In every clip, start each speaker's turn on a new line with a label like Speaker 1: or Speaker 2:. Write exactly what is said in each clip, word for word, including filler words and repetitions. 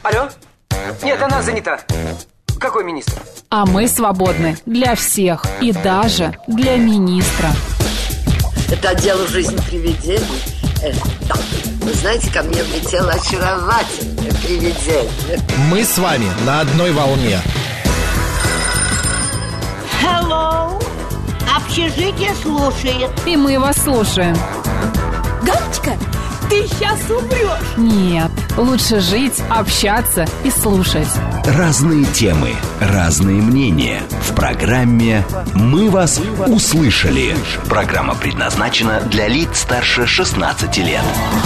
Speaker 1: Алло? Нет, она занята. Какой министр?
Speaker 2: А мы свободны для всех и даже для министра.
Speaker 3: Это дело жизни привидений. Э, да. Вы знаете, ко мне влетело очаровательное привидение.
Speaker 4: Мы с вами на одной волне.
Speaker 5: Hello. Общежитие слушает.
Speaker 2: И мы вас слушаем.
Speaker 5: Галочка, ты сейчас умрешь.
Speaker 2: Нет, лучше жить, общаться и слушать.
Speaker 6: Разные темы, разные мнения. В программе «Мы вас услышали». Программа предназначена для лиц старше шестнадцати лет.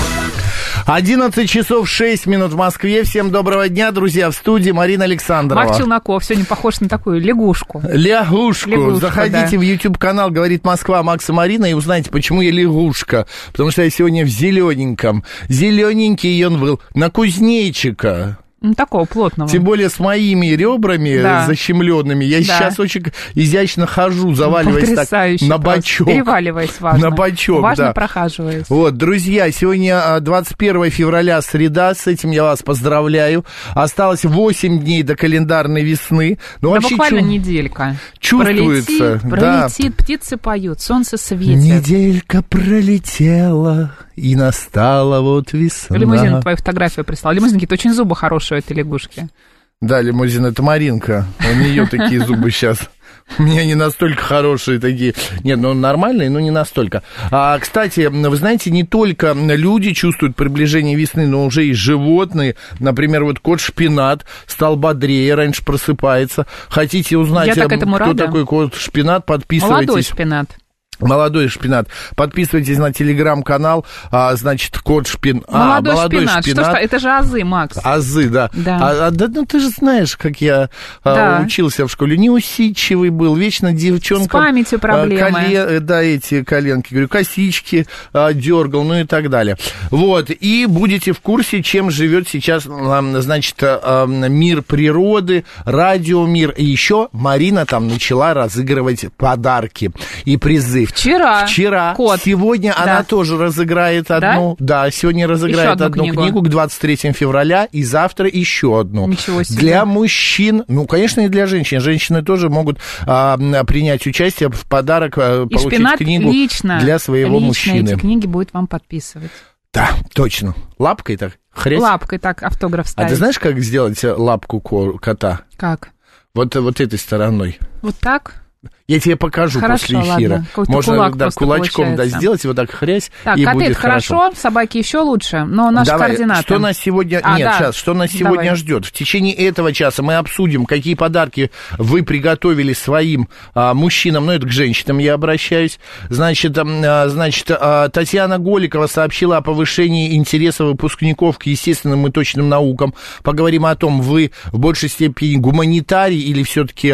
Speaker 4: одиннадцать часов шесть минут в Москве. Всем доброго дня, друзья. В студии Марина Александрова.
Speaker 2: Марк Челноков сегодня похож на такую лягушку.
Speaker 4: Лягушку.
Speaker 2: Лягушка,
Speaker 4: Заходите
Speaker 2: да.
Speaker 4: в YouTube-канал «Говорит Москва» Макса Марина и узнаете, почему я лягушка. Потому что я сегодня в зелененьком. Зелененький он был. На кузнечика.
Speaker 2: Ну, такого плотного.
Speaker 4: Тем более с моими ребрами, да, защемленными. Я да. сейчас очень изящно хожу, заваливаясь так на бочок.
Speaker 2: Переваливаясь, важно.
Speaker 4: На бочок,
Speaker 2: важно
Speaker 4: да.
Speaker 2: прохаживаясь.
Speaker 4: Вот, друзья, сегодня двадцать первого февраля, среда, с этим я вас поздравляю. Осталось восемь дней до календарной весны. Ну,
Speaker 2: да
Speaker 4: вообще
Speaker 2: буквально
Speaker 4: чу...
Speaker 2: неделька.
Speaker 4: Чувствуется.
Speaker 2: Пролетит, пролетит, да. Птицы поют, солнце светит.
Speaker 4: Неделька пролетела, и настала вот весна.
Speaker 2: Лимузин твою фотографию прислал. Лимузин говорит, очень зубы хорошие у этой лягушки.
Speaker 4: Да, лимузин, это Маринка. У нее такие зубы сейчас. У меня не настолько хорошие такие. Нет, ну нормальные, но не настолько. А, кстати, вы знаете, не только люди чувствуют приближение весны, но уже и животные. Например, вот кот Шпинат стал бодрее, раньше просыпается. Хотите узнать,
Speaker 2: Я так этому
Speaker 4: кто
Speaker 2: рада.
Speaker 4: такой кот Шпинат? Подписывайтесь.
Speaker 2: Молодой Шпинат.
Speaker 4: Молодой Шпинат. Подписывайтесь на телеграм-канал, а, значит, кот Шпин...
Speaker 2: Молодой,
Speaker 4: а, молодой
Speaker 2: шпинат.
Speaker 4: шпинат.
Speaker 2: Что ж, это же азы, Макс.
Speaker 4: Азы, да.
Speaker 2: Да.
Speaker 4: А, а, да, ну ты же знаешь, как я
Speaker 2: да.
Speaker 4: а, учился в школе. Неусидчивый был, вечно девчонка...
Speaker 2: С памятью проблемы.
Speaker 4: Коле... Да, эти коленки, говорю, косички а, дергал, ну и так далее. Вот, и будете в курсе, чем живет сейчас, а, значит, а, мир природы, радиомир. И еще Марина там начала разыгрывать подарки и призы.
Speaker 2: Вчера.
Speaker 4: Вчера.
Speaker 2: Кот.
Speaker 4: Сегодня
Speaker 2: да.
Speaker 4: она тоже разыграет одну. Да, да сегодня разыграет одну, одну книгу. книгу к двадцать третьему февраля, и завтра еще одну.
Speaker 2: Ничего себе.
Speaker 4: Для мужчин, ну, конечно, и для женщин. Женщины тоже могут а, принять участие в подарок, а,
Speaker 2: и
Speaker 4: получить
Speaker 2: Шпинат
Speaker 4: книгу
Speaker 2: лично,
Speaker 4: для своего
Speaker 2: лично
Speaker 4: мужчины.
Speaker 2: Эти книги будет вам подписывать.
Speaker 4: Да, точно. Лапкой так, хрясь.
Speaker 2: Лапкой так автограф ставить.
Speaker 4: А ты знаешь, как сделать лапку кота?
Speaker 2: Как?
Speaker 4: Вот, вот этой стороной.
Speaker 2: Вот так?
Speaker 4: Я тебе покажу.
Speaker 2: Хорошо,
Speaker 4: после эфира.
Speaker 2: Ладно.
Speaker 4: Можно
Speaker 2: кулак
Speaker 4: да, кулачком да, сделать, вот так хрясь,
Speaker 2: так,
Speaker 4: и
Speaker 2: коты
Speaker 4: будет
Speaker 2: это хорошо,
Speaker 4: хорошо.
Speaker 2: Собаки еще лучше, но наши
Speaker 4: Давай,
Speaker 2: координаты.
Speaker 4: Что нас сегодня...
Speaker 2: А,
Speaker 4: Нет,
Speaker 2: да.
Speaker 4: сейчас, что нас сегодня
Speaker 2: Давай.
Speaker 4: ждет? В течение этого часа мы обсудим, какие подарки вы приготовили своим а, мужчинам, ну, это к женщинам я обращаюсь. Значит, а, значит а, Татьяна Голикова сообщила о повышении интереса выпускников к естественным и точным наукам. Поговорим о том, вы в большей степени гуманитарий или все-таки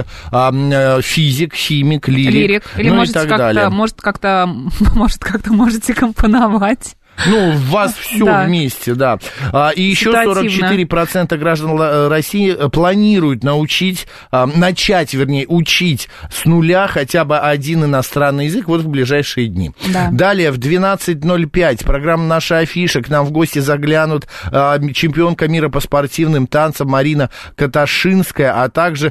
Speaker 4: а, физик, химик, лирик.
Speaker 2: Лирик. Или
Speaker 4: ну,
Speaker 2: может, как-то, может, как-то, может, как-то можете компоновать.
Speaker 4: Ну, у вас все
Speaker 2: да.
Speaker 4: вместе, да. А, и еще сорок четыре процента граждан России планируют научить, а, начать, вернее, учить с нуля хотя бы один иностранный язык вот в ближайшие дни.
Speaker 2: Да.
Speaker 4: Далее в двенадцать ноль пять программа «Наша афиша». К нам в гости заглянут а, чемпионка мира по спортивным танцам Марина Каташинская, а также...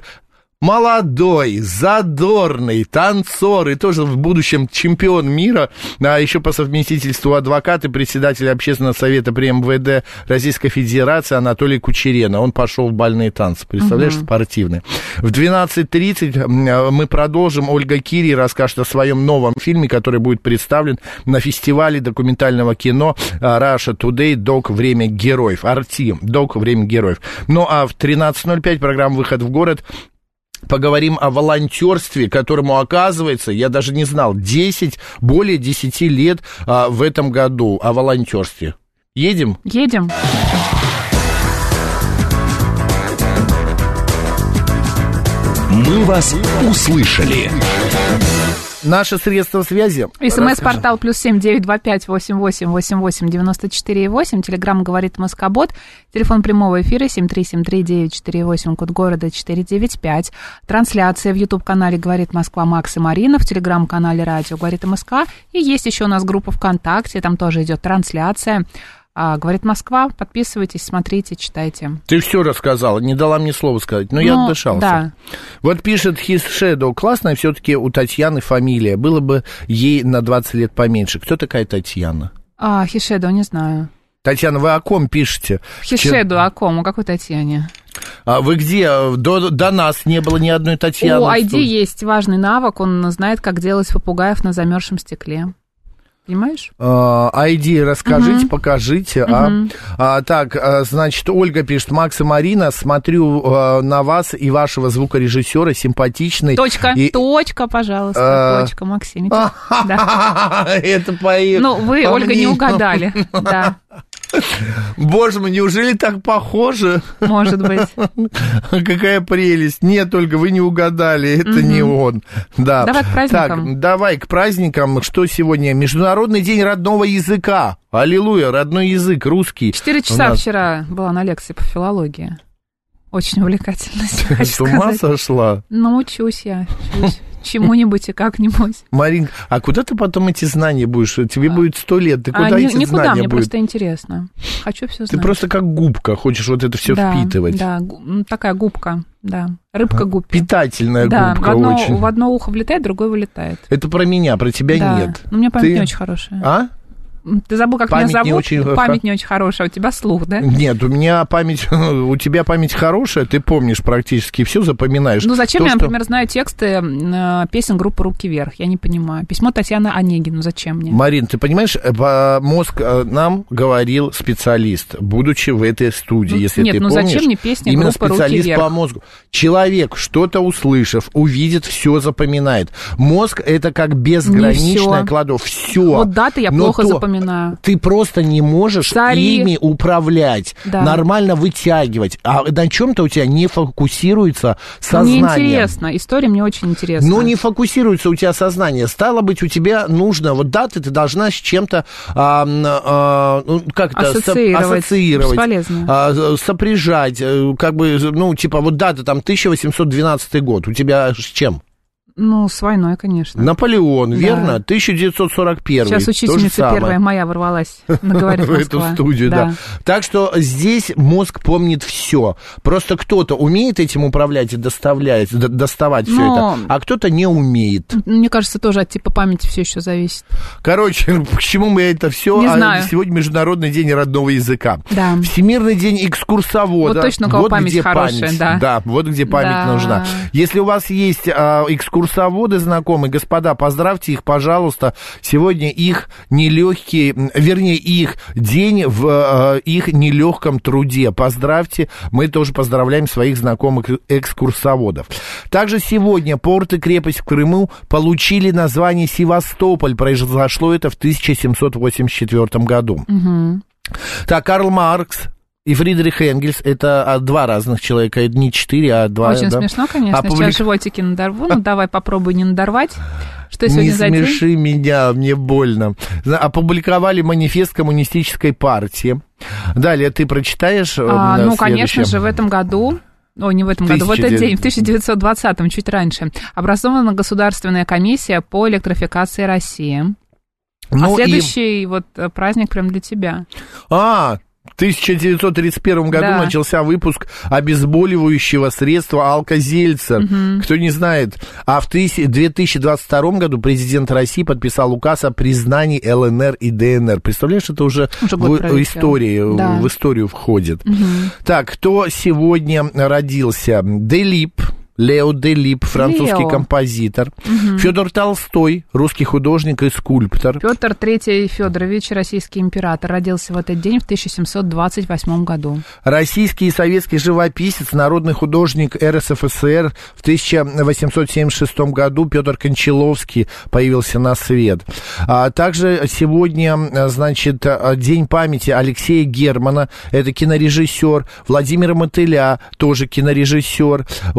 Speaker 4: молодой, задорный танцор и тоже в будущем чемпион мира, а еще по совместительству адвокат и председатель общественного совета при эм вэ дэ Российской Федерации Анатолий Кучерена. Он пошел в бальные танцы, представляешь, угу. спортивные. В двенадцать тридцать мы продолжим. Ольга Кири расскажет о своем новом фильме, который будет представлен на фестивале документального кино Russia Today «Док. Время героев». Арти. «Док. Время героев». Ну а в тринадцать ноль пять программа «Выход в город». Поговорим о волонтерстве, которому, оказывается, я даже не знал, десять, более десяти лет а, в этом году о волонтерстве. Едем?
Speaker 2: Едем.
Speaker 6: Мы вас услышали.
Speaker 4: Наши средства связи.
Speaker 2: СМС-портал плюс семь девять два пять восемь восемь восемь восемь девяносто четыре восемь. Телеграмм говорит Москобот. Телефон прямого эфира семь три семь три девять четыре восемь. Код города четыре девять пять. Трансляция в YouTube-канале «Говорит Москва» Макс и Марина. В Телеграм-канале «Радио говорит МСК». И есть еще у нас группа ВКонтакте. Там тоже идет трансляция. А, говорит Москва, подписывайтесь, смотрите, читайте.
Speaker 4: Ты все рассказала, не дала мне слова сказать, но ну, я отдышался. Да. Вот пишет His Shadow, классная все-таки у Татьяны фамилия, было бы ей на двадцать лет поменьше. Кто такая Татьяна?
Speaker 2: А, His Shadow, не знаю.
Speaker 4: Татьяна, вы о ком пишете?
Speaker 2: His Shadow, о ком? У какой Татьяне?
Speaker 4: А вы где? До, до нас не было ни одной Татьяны.
Speaker 2: У ай ди есть важный навык, он знает, как делать попугаев на замерзшем стекле. Понимаешь?
Speaker 4: ай ди, расскажите, uh-huh. покажите.
Speaker 2: Uh-huh.
Speaker 4: А? А, так, значит, Ольга пишет, Макс и Марина, смотрю а, на вас и вашего звукорежиссера, симпатичный.
Speaker 2: Точка, и... точка, пожалуйста, а... точка, Максим.
Speaker 4: Это по...
Speaker 2: Ну, вы, Ольга, не угадали, да.
Speaker 4: Боже мой, неужели так похоже?
Speaker 2: Может быть.
Speaker 4: Какая прелесть. Нет, Ольга, вы не угадали, это угу. не он. Да.
Speaker 2: Давай к праздникам.
Speaker 4: Так, давай к праздникам. Что сегодня? Международный день родного языка. Аллилуйя, родной язык, русский.
Speaker 2: Четыре часа нас... вчера была на лекции по филологии. Очень увлекательно.
Speaker 4: С ума сошла?
Speaker 2: Ну, учусь я, учусь. Чему-нибудь и как-нибудь.
Speaker 4: Марин, а куда ты потом эти знания будешь? Тебе а, будет сто лет, ты куда а, эти
Speaker 2: никуда,
Speaker 4: знания
Speaker 2: мне
Speaker 4: будут?
Speaker 2: Просто интересно. Хочу все знать.
Speaker 4: Ты просто как губка, хочешь вот это все
Speaker 2: да,
Speaker 4: впитывать.
Speaker 2: Да, такая губка, да. Рыбка губка.
Speaker 4: Питательная
Speaker 2: да,
Speaker 4: губка
Speaker 2: в одно,
Speaker 4: очень.
Speaker 2: В одно ухо влетает, в другое вылетает.
Speaker 4: Это про меня, про тебя
Speaker 2: да.
Speaker 4: нет.
Speaker 2: Ну, у меня память
Speaker 4: ты...
Speaker 2: не очень хорошая.
Speaker 4: А?
Speaker 2: Ты забыл, как
Speaker 4: память
Speaker 2: меня зовут?
Speaker 4: Не очень...
Speaker 2: Память не очень хорошая, у тебя слух, да?
Speaker 4: Нет, у меня память, у тебя память хорошая, ты помнишь практически все, запоминаешь.
Speaker 2: Ну, зачем
Speaker 4: То,
Speaker 2: я,
Speaker 4: что...
Speaker 2: например, знаю тексты э, песен группы «Руки вверх», я не понимаю. Письмо Татьяны Онегину, зачем мне?
Speaker 4: Марин, ты понимаешь, мозг нам говорил специалист, будучи в этой студии,
Speaker 2: ну,
Speaker 4: если
Speaker 2: нет,
Speaker 4: ты
Speaker 2: ну,
Speaker 4: помнишь.
Speaker 2: Нет, ну зачем мне песня
Speaker 4: именно
Speaker 2: группы «Руки
Speaker 4: специалист
Speaker 2: вверх»?
Speaker 4: По мозгу. Человек, что-то услышав, увидит, все запоминает. Мозг — это как безграничная кладовка. Все.
Speaker 2: Вот даты я
Speaker 4: Но
Speaker 2: плохо
Speaker 4: то...
Speaker 2: запоминаю.
Speaker 4: Ты просто не можешь
Speaker 2: Цари.
Speaker 4: ими управлять,
Speaker 2: да.
Speaker 4: нормально вытягивать, а на чем-то у тебя не фокусируется сознание.
Speaker 2: Мне интересно, история мне очень интересна.
Speaker 4: Ну, не фокусируется у тебя сознание. Стало быть, у тебя нужно, вот даты ты должна с чем-то, а, а, ну, как это,
Speaker 2: ассоциировать,
Speaker 4: ассоциировать а, сопряжать, как бы, ну, типа, вот дата там тысяча восемьсот двенадцатый год, у тебя с чем?
Speaker 2: Ну, с войной, конечно.
Speaker 4: Наполеон,
Speaker 2: да.
Speaker 4: верно? тысяча девятьсот сорок первый.
Speaker 2: Сейчас учительница первая моя ворвалась на «Говорит Москва».
Speaker 4: В эту студию, да. да. Так что здесь мозг помнит все. Просто кто-то умеет этим управлять и доставлять, доставать все
Speaker 2: Но...
Speaker 4: это, а кто-то не умеет.
Speaker 2: Мне кажется, тоже от типа памяти все еще зависит.
Speaker 4: Короче, к чему мы это все?
Speaker 2: Не знаю.
Speaker 4: Сегодня Международный день родного языка.
Speaker 2: Да.
Speaker 4: Всемирный день экскурсовода.
Speaker 2: Вот точно у кого
Speaker 4: вот
Speaker 2: память
Speaker 4: где
Speaker 2: хорошая,
Speaker 4: память.
Speaker 2: да.
Speaker 4: Да, вот где память
Speaker 2: да.
Speaker 4: нужна. Если у вас есть а, экскурсовод, Курсоводы знакомые, господа, поздравьте их, пожалуйста. Сегодня их нелегкий, вернее, их день в э, их нелегком труде. Поздравьте, мы тоже поздравляем своих знакомых экскурсоводов. Также сегодня порт и крепость в Крыму получили название Севастополь. Произошло это в тысяча семьсот восемьдесят четвёртом году.
Speaker 2: Угу.
Speaker 4: Так, Карл Маркс и Фридрих Энгельс, это два разных человека, это не четыре, а два.
Speaker 2: Очень
Speaker 4: да?
Speaker 2: смешно, конечно.
Speaker 4: Опублик...
Speaker 2: Сейчас животики надорву, ну давай попробуй не надорвать. Что сегодня
Speaker 4: не
Speaker 2: за день?
Speaker 4: смеши меня, мне больно. Опубликовали манифест коммунистической партии. Далее ты прочитаешь?
Speaker 2: А, ну, конечно же, в этом году... Ой, не в этом году, в этот день, в тысяча девятьсот двадцатом, чуть раньше, образована Государственная комиссия по электрификации России. Ну, а следующий и... вот праздник прям для тебя.
Speaker 4: А, в тысяча девятьсот тридцать первом году да. начался выпуск обезболивающего средства Алка-Зельцер. Угу. Кто не знает. А в две тысячи двадцать втором году президент России подписал указ о признании эл эн эр и дэ эн эр. Представляешь, это уже, уже в, в, истории, да. в историю входит. Угу. Так, кто сегодня родился? Делип. Лео Делип, французский Лео. композитор. Угу. Федор Толстой, русский художник и скульптор.
Speaker 2: Петр Третий Федорович, российский император, родился в этот день в тысяча семьсот двадцать восьмом году.
Speaker 4: Российский и советский живописец, народный художник эр эс эф эс эр. В тысяча восемьсот семьдесят шестом году Петр Кончаловский появился на свет. А также сегодня, значит, день памяти Алексея Германа, это кинорежиссер. Владимира Мотыля, тоже кинорежиссер. Вот, и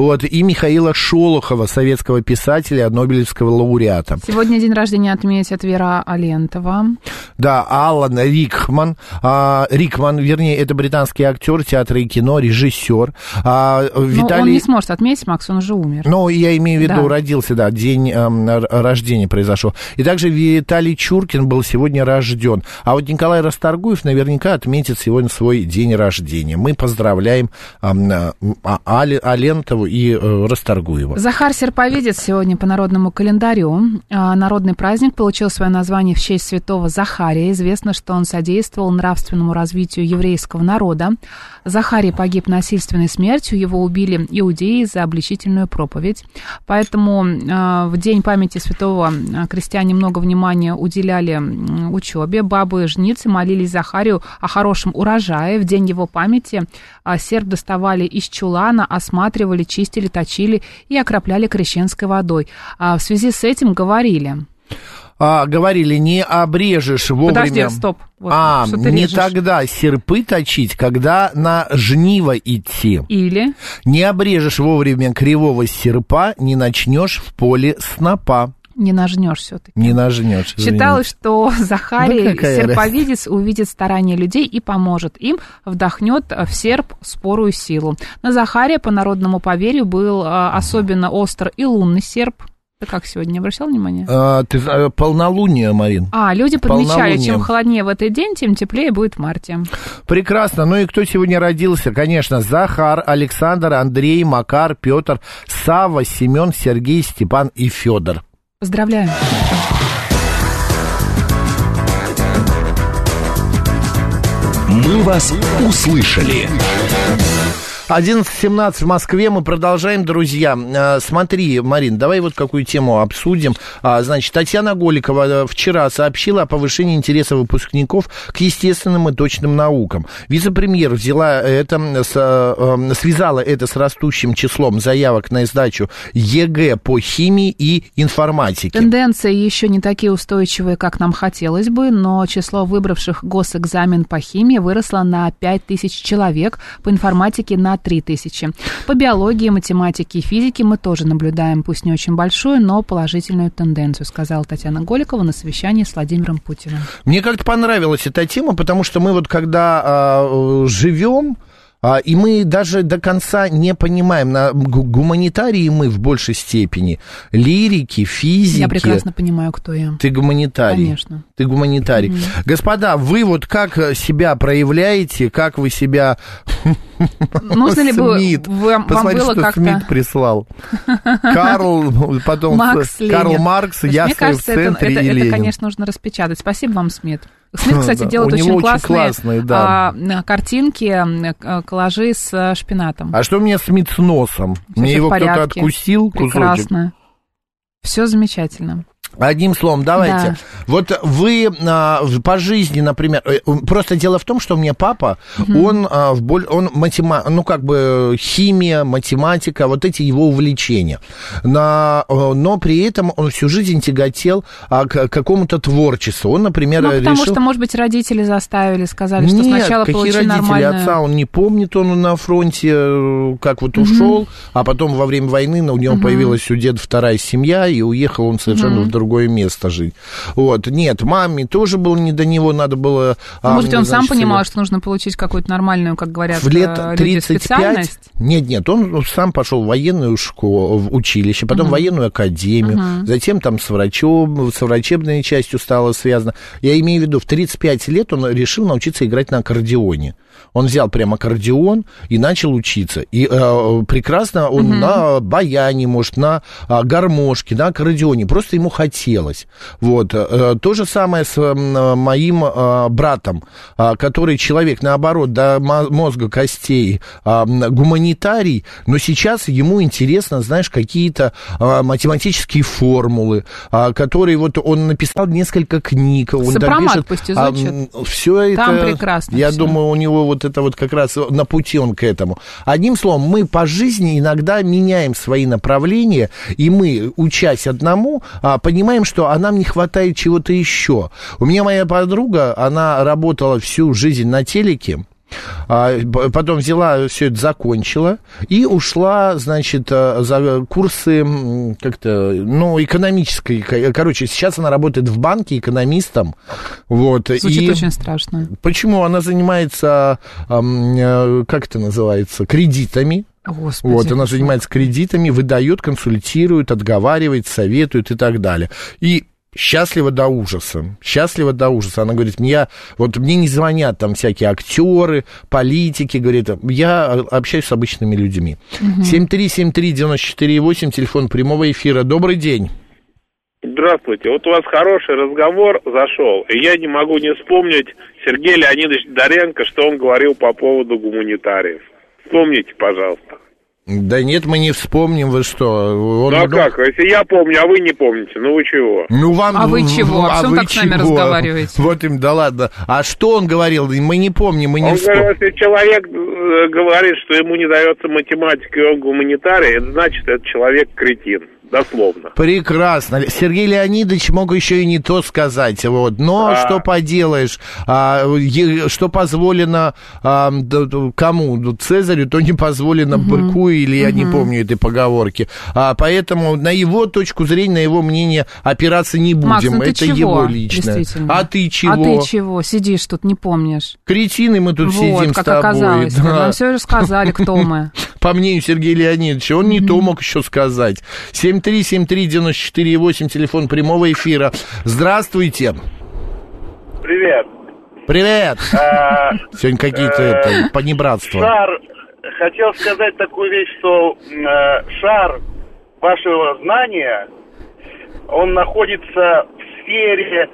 Speaker 4: Михаила Шолохова, советского писателя, нобелевского лауреата.
Speaker 2: Сегодня день рождения отметит Вера Алентова.
Speaker 4: Да, Алан Рикман. А, Рикман, вернее, это британский актер театра и кино, режиссер. А, Виталий...
Speaker 2: Но он не сможет отметить, Макс, он уже умер.
Speaker 4: Ну, я имею в виду,
Speaker 2: да.
Speaker 4: родился, да, день э, рождения произошел. И также Виталий Чуркин был сегодня рожден. А вот Николай Расторгуев наверняка отметит сегодня свой день рождения. Мы поздравляем э, э, Алентову и э, Расторгуева.
Speaker 2: Захар Серповидец сегодня по народному календарю. Народный праздник получил свое название в честь святого Захария. Известно, что он содействовал нравственному развитию еврейского народа. Захарий погиб насильственной смертью, его убили иудеи за обличительную проповедь. Поэтому э, в день памяти святого крестьяне много внимания уделяли учебе. Бабы жницы молились Захарию о хорошем урожае. В день его памяти э, серп доставали из чулана, осматривали, чистили, точили и окропляли крещенской водой. А в связи с этим говорили...
Speaker 4: А, говорили, не обрежешь вовремя...
Speaker 2: Подожди, стоп. Вот,
Speaker 4: а, не
Speaker 2: режешь.
Speaker 4: тогда серпы точить, когда на жниво идти.
Speaker 2: Или?
Speaker 4: Не обрежешь вовремя кривого серпа, не начнешь в поле снопа.
Speaker 2: Не нажнешь все-таки.
Speaker 4: Не нажнешь.
Speaker 2: Считалось, что Захарий,
Speaker 4: да
Speaker 2: серповидец, увидит старания людей и поможет им, вдохнет в серп спорую силу. На Захария, по народному поверью, был особенно остр и лунный серп. Ты как сегодня, не обращал внимания?
Speaker 4: А, ты, полнолуние, Марин.
Speaker 2: А, люди подмечали, чем холоднее в этот день, тем теплее будет в марте.
Speaker 4: Прекрасно. Ну и кто сегодня родился? Конечно, Захар, Александр, Андрей, Макар, Петр, Савва, Семен, Сергей, Степан и Федор.
Speaker 2: Поздравляем.
Speaker 6: Мы вас услышали.
Speaker 4: одиннадцать семнадцать в Москве, мы продолжаем, друзья. Смотри, Марин, давай вот какую тему обсудим. Значит, Татьяна Голикова вчера сообщила о повышении интереса выпускников к естественным и точным наукам. Вице-премьер взяла это, связала это с растущим числом заявок на сдачу ЕГЭ по химии и информатике.
Speaker 2: Тенденции еще не такие устойчивые, как нам хотелось бы, но число выбравших госэкзамен по химии выросло на пять тысяч человек, по информатике на три тысячи. По биологии, математике и физике мы тоже наблюдаем, пусть не очень большую, но положительную тенденцию, сказала Татьяна Голикова на совещании с Владимиром Путиным.
Speaker 4: Мне как-то понравилась эта тема, потому что мы вот когда э, живем, и мы даже до конца не понимаем, на гуманитарии мы в большей степени, лирики, физики.
Speaker 2: Я прекрасно понимаю, кто я.
Speaker 4: Ты гуманитарий.
Speaker 2: Конечно.
Speaker 4: Ты гуманитарий. Угу. Господа, вы вот как себя проявляете, как вы себя...
Speaker 2: Нужно ли бы вам, вам было
Speaker 4: что
Speaker 2: как-то...
Speaker 4: Смит прислал. Карл, потом
Speaker 2: Макс,
Speaker 4: Карл Маркс, я в центре
Speaker 2: это, это,
Speaker 4: и Ленин.
Speaker 2: Это, конечно, нужно распечатать. Спасибо вам, Смит. Смит, кстати,
Speaker 4: да,
Speaker 2: делает очень классные,
Speaker 4: классные да.
Speaker 2: а, картинки, коллажи с шпинатом.
Speaker 4: А что у меня Смит с носом?
Speaker 2: Все
Speaker 4: Мне его
Speaker 2: порядке.
Speaker 4: кто-то откусил кусочек?
Speaker 2: Прекрасно. Все замечательно.
Speaker 4: Одним словом, давайте. Да. Вот вы а, по жизни, например, просто дело в том, что у меня папа, угу. он, а, в боль, он матема, ну, как бы химия, математика, вот эти его увлечения. На, но при этом он всю жизнь тяготел а, к какому-то творчеству. Он, например,
Speaker 2: ну, потому
Speaker 4: решил...
Speaker 2: что, может быть, родители заставили, сказали, что
Speaker 4: Нет,
Speaker 2: сначала
Speaker 4: какие
Speaker 2: получи
Speaker 4: родители?
Speaker 2: нормальную...
Speaker 4: Отца он не помнит, он на фронте как вот ушел, угу. а потом во время войны у него угу. появилась у деда вторая семья, и уехал он совершенно угу. в другое место жить. Вот. Нет, маме тоже было не до него, надо было...
Speaker 2: Может,
Speaker 4: а,
Speaker 2: он
Speaker 4: значит,
Speaker 2: сам понимал, что нужно получить какую-то нормальную, как говорят,
Speaker 4: в лет
Speaker 2: тридцать пять?
Speaker 4: Нет, нет, он сам пошел в военную школу, в училище, потом uh-huh. в военную академию, uh-huh. затем там с врачом, с врачебной частью стало связано. Я имею в виду, в тридцать пять лет он решил научиться играть на аккордеоне. Он взял прям аккордеон и начал учиться. И э, прекрасно он uh-huh. на баяне, может, на э, гармошке, на аккордеоне. Просто ему хотелось. Вот. Э, то же самое с э, моим э, братом, э, который человек, наоборот, до мозга костей э, гуманитарий, но сейчас ему интересно, знаешь, какие-то э, математические формулы, э, которые вот он написал несколько книг. Он
Speaker 2: Сопромат пусть изучит.
Speaker 4: Э, все это...
Speaker 2: Там прекрасно.
Speaker 4: Я
Speaker 2: все.
Speaker 4: думаю, у него вот это вот как раз на пути он к этому. Одним словом, мы по жизни иногда меняем свои направления, и мы, учась одному, понимаем, что а нам не хватает чего-то еще. У меня моя подруга, она работала всю жизнь на телеке, А, потом взяла, все это закончила и ушла, значит, за курсы как-то, ну, экономической. Короче, сейчас она работает в банке экономистом. Вот,
Speaker 2: звучит
Speaker 4: и
Speaker 2: очень страшно.
Speaker 4: Почему? Она занимается, как это называется, кредитами.
Speaker 2: Господи,
Speaker 4: вот, она занимается кредитами, выдает, консультирует, отговаривает, советует и так далее. И счастлива до ужаса, счастлива до ужаса. Она говорит, мне, вот мне не звонят там всякие актеры, политики, говорит, я общаюсь с обычными людьми. Угу. семь три семь три девяносто четыре восемь, телефон прямого эфира. Добрый день.
Speaker 7: Здравствуйте. Вот у вас хороший разговор зашел, и я не могу не вспомнить Сергея Леонидовича Доренко, что он говорил по поводу гуманитариев. Вспомните, пожалуйста.
Speaker 4: Да нет, мы не вспомним, вы что? Он
Speaker 7: ну а
Speaker 4: много...
Speaker 7: как? Если я помню, а вы не помните, ну вы чего?
Speaker 4: Ну вам...
Speaker 2: А вы чего? А, а вы так чего? С нами разговариваете? Вот
Speaker 4: им, да ладно. А что он говорил? Мы не помним, мы не
Speaker 7: он
Speaker 4: вспомним.
Speaker 7: Говорил, если человек говорит, что ему не дается математика, и он гуманитарий, это значит, это человек кретин. Дословно.
Speaker 4: Прекрасно. Сергей Леонидович мог еще и не то сказать, вот. Но да. Что поделаешь, а, что позволено а, кому? Цезарю, то не позволено угу. быку, или я угу. не помню этой поговорки. А, поэтому на его точку зрения, на его мнение опираться не будем.
Speaker 2: Макс, ну
Speaker 4: это
Speaker 2: чего?
Speaker 4: Его личное. А ты чего?
Speaker 2: А ты чего? Сидишь тут, не помнишь.
Speaker 4: Кретины мы тут
Speaker 2: вот,
Speaker 4: сидим
Speaker 2: как
Speaker 4: с тобой.
Speaker 2: Оказалось.
Speaker 4: Да.
Speaker 2: Нам все рассказали, кто мы.
Speaker 4: По мнению Сергея Леонидовича, он не то мог еще сказать. семь три семь три девяносто четыре восемь, телефон прямого эфира. Здравствуйте.
Speaker 8: Привет.
Speaker 4: Привет. Сегодня какие-то это, понебратства.
Speaker 8: Шар, хотел сказать такую вещь, что шар вашего знания, он находится в сфере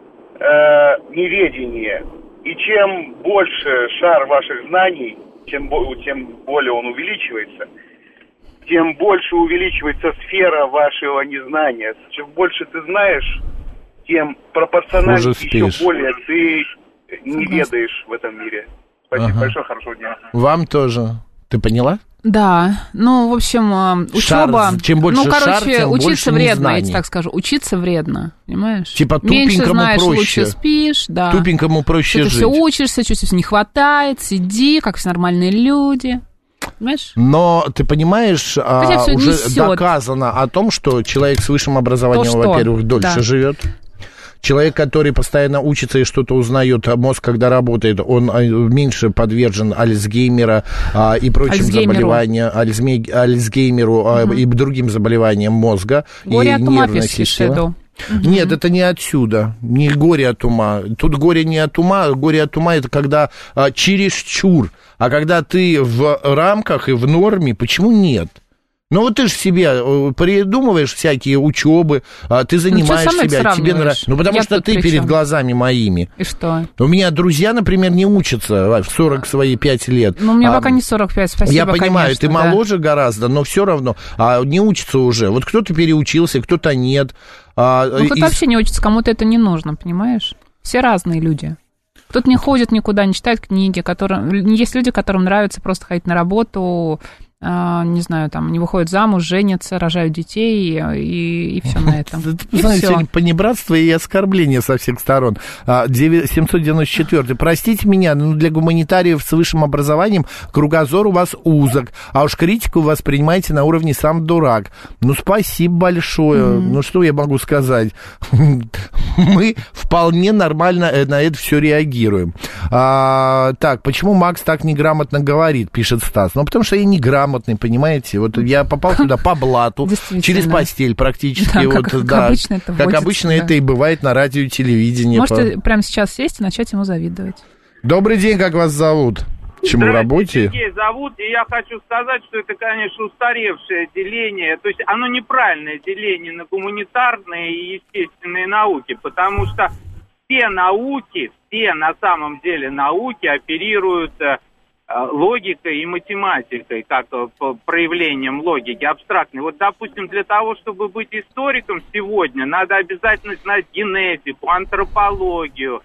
Speaker 8: неведения. И чем больше шар ваших знаний, Тем, тем более он увеличивается, тем больше увеличивается сфера вашего незнания. Чем больше ты знаешь, тем пропорционально еще более ты не ведаешь в этом мире. Спасибо ага. большое, хорошего дня.
Speaker 4: Вам тоже. Ты поняла?
Speaker 2: Да, ну, в общем, учеба...
Speaker 4: Шар, чем больше
Speaker 2: ну, короче,
Speaker 4: шар, тем
Speaker 2: учиться
Speaker 4: больше
Speaker 2: вредно,
Speaker 4: незнаний.
Speaker 2: я тебе так скажу. Учиться вредно, понимаешь?
Speaker 4: Типа
Speaker 2: меньше
Speaker 4: тупенькому
Speaker 2: знаешь,
Speaker 4: проще.
Speaker 2: лучше спишь, да.
Speaker 4: Тупенькому проще
Speaker 2: ты
Speaker 4: жить.
Speaker 2: Ты все учишься, чего-то не хватает, сиди, как все нормальные люди. Понимаешь?
Speaker 4: Но ты понимаешь, а, уже несет. Доказано о том, что человек с высшим образованием, То, во-первых, дольше да. живет. Человек, который постоянно учится и что-то узнает, а мозг, когда работает, он меньше подвержен Альцгеймера а, и прочим
Speaker 2: Альцгеймеру.
Speaker 4: заболеваниям, Альцме, Альцгеймеру угу. а, и другим заболеваниям мозга
Speaker 2: Горе
Speaker 4: и
Speaker 2: от ума,
Speaker 4: нервной системы.
Speaker 2: Угу.
Speaker 4: Нет, это не отсюда, не горе от ума. Тут горе не от ума, горе от ума это когда а, чересчур. А когда ты в рамках и в норме, почему нет? Ну вот ты же себе придумываешь всякие учебы, ты занимаешь ну, себя, тебе нравится. Ну потому Я что ты перед глазами моими.
Speaker 2: И что?
Speaker 4: У меня друзья, например, не учатся в сорок свои пять лет.
Speaker 2: Ну у меня а, пока не сорок пять, спасибо,
Speaker 4: Я понимаю,
Speaker 2: конечно,
Speaker 4: ты
Speaker 2: да.
Speaker 4: моложе гораздо, но все равно а, не учатся уже. Вот кто-то переучился, кто-то нет. А,
Speaker 2: ну кто-то и... вообще не учится, кому-то это не нужно, понимаешь? Все разные люди. Кто-то не ходит никуда, не читает книги, которым... Есть люди, которым нравится просто ходить на работу, э, не знаю, там, не выходят замуж, женятся, рожают детей, и, и все на этом.
Speaker 4: Ты знаешь, сегодня понебратство и оскорбление со всех сторон. семьсот девяносто четыре. Простите меня, но для гуманитариев с высшим образованием кругозор у вас узок, а уж критику вы воспринимаете на уровне сам дурак. Ну, спасибо большое. Mm-hmm. Ну, что я могу сказать? Мы вполне нормально на это все реагируем. А, так, почему Макс так неграмотно говорит, пишет Стас? Ну, потому что я неграмотный, понимаете? Вот я попал туда по блату, через постель практически.
Speaker 2: Да,
Speaker 4: вот,
Speaker 2: как,
Speaker 4: да,
Speaker 2: как обычно это
Speaker 4: Как
Speaker 2: водится,
Speaker 4: обычно
Speaker 2: да.
Speaker 4: это и бывает на радио и телевидении.
Speaker 2: Можете по... прямо сейчас сесть и начать ему завидовать.
Speaker 4: Добрый день, как вас зовут? Чему работаете?
Speaker 9: Сергей зовут, и я хочу сказать, что это, конечно, устаревшее деление, то есть оно неправильное деление на гуманитарные и естественные науки, потому что все науки, все на самом деле науки оперируют э, логикой и математикой, как э, проявлением логики абстрактной. Вот, допустим, для того, чтобы быть историком сегодня, надо обязательно знать генетику, антропологию,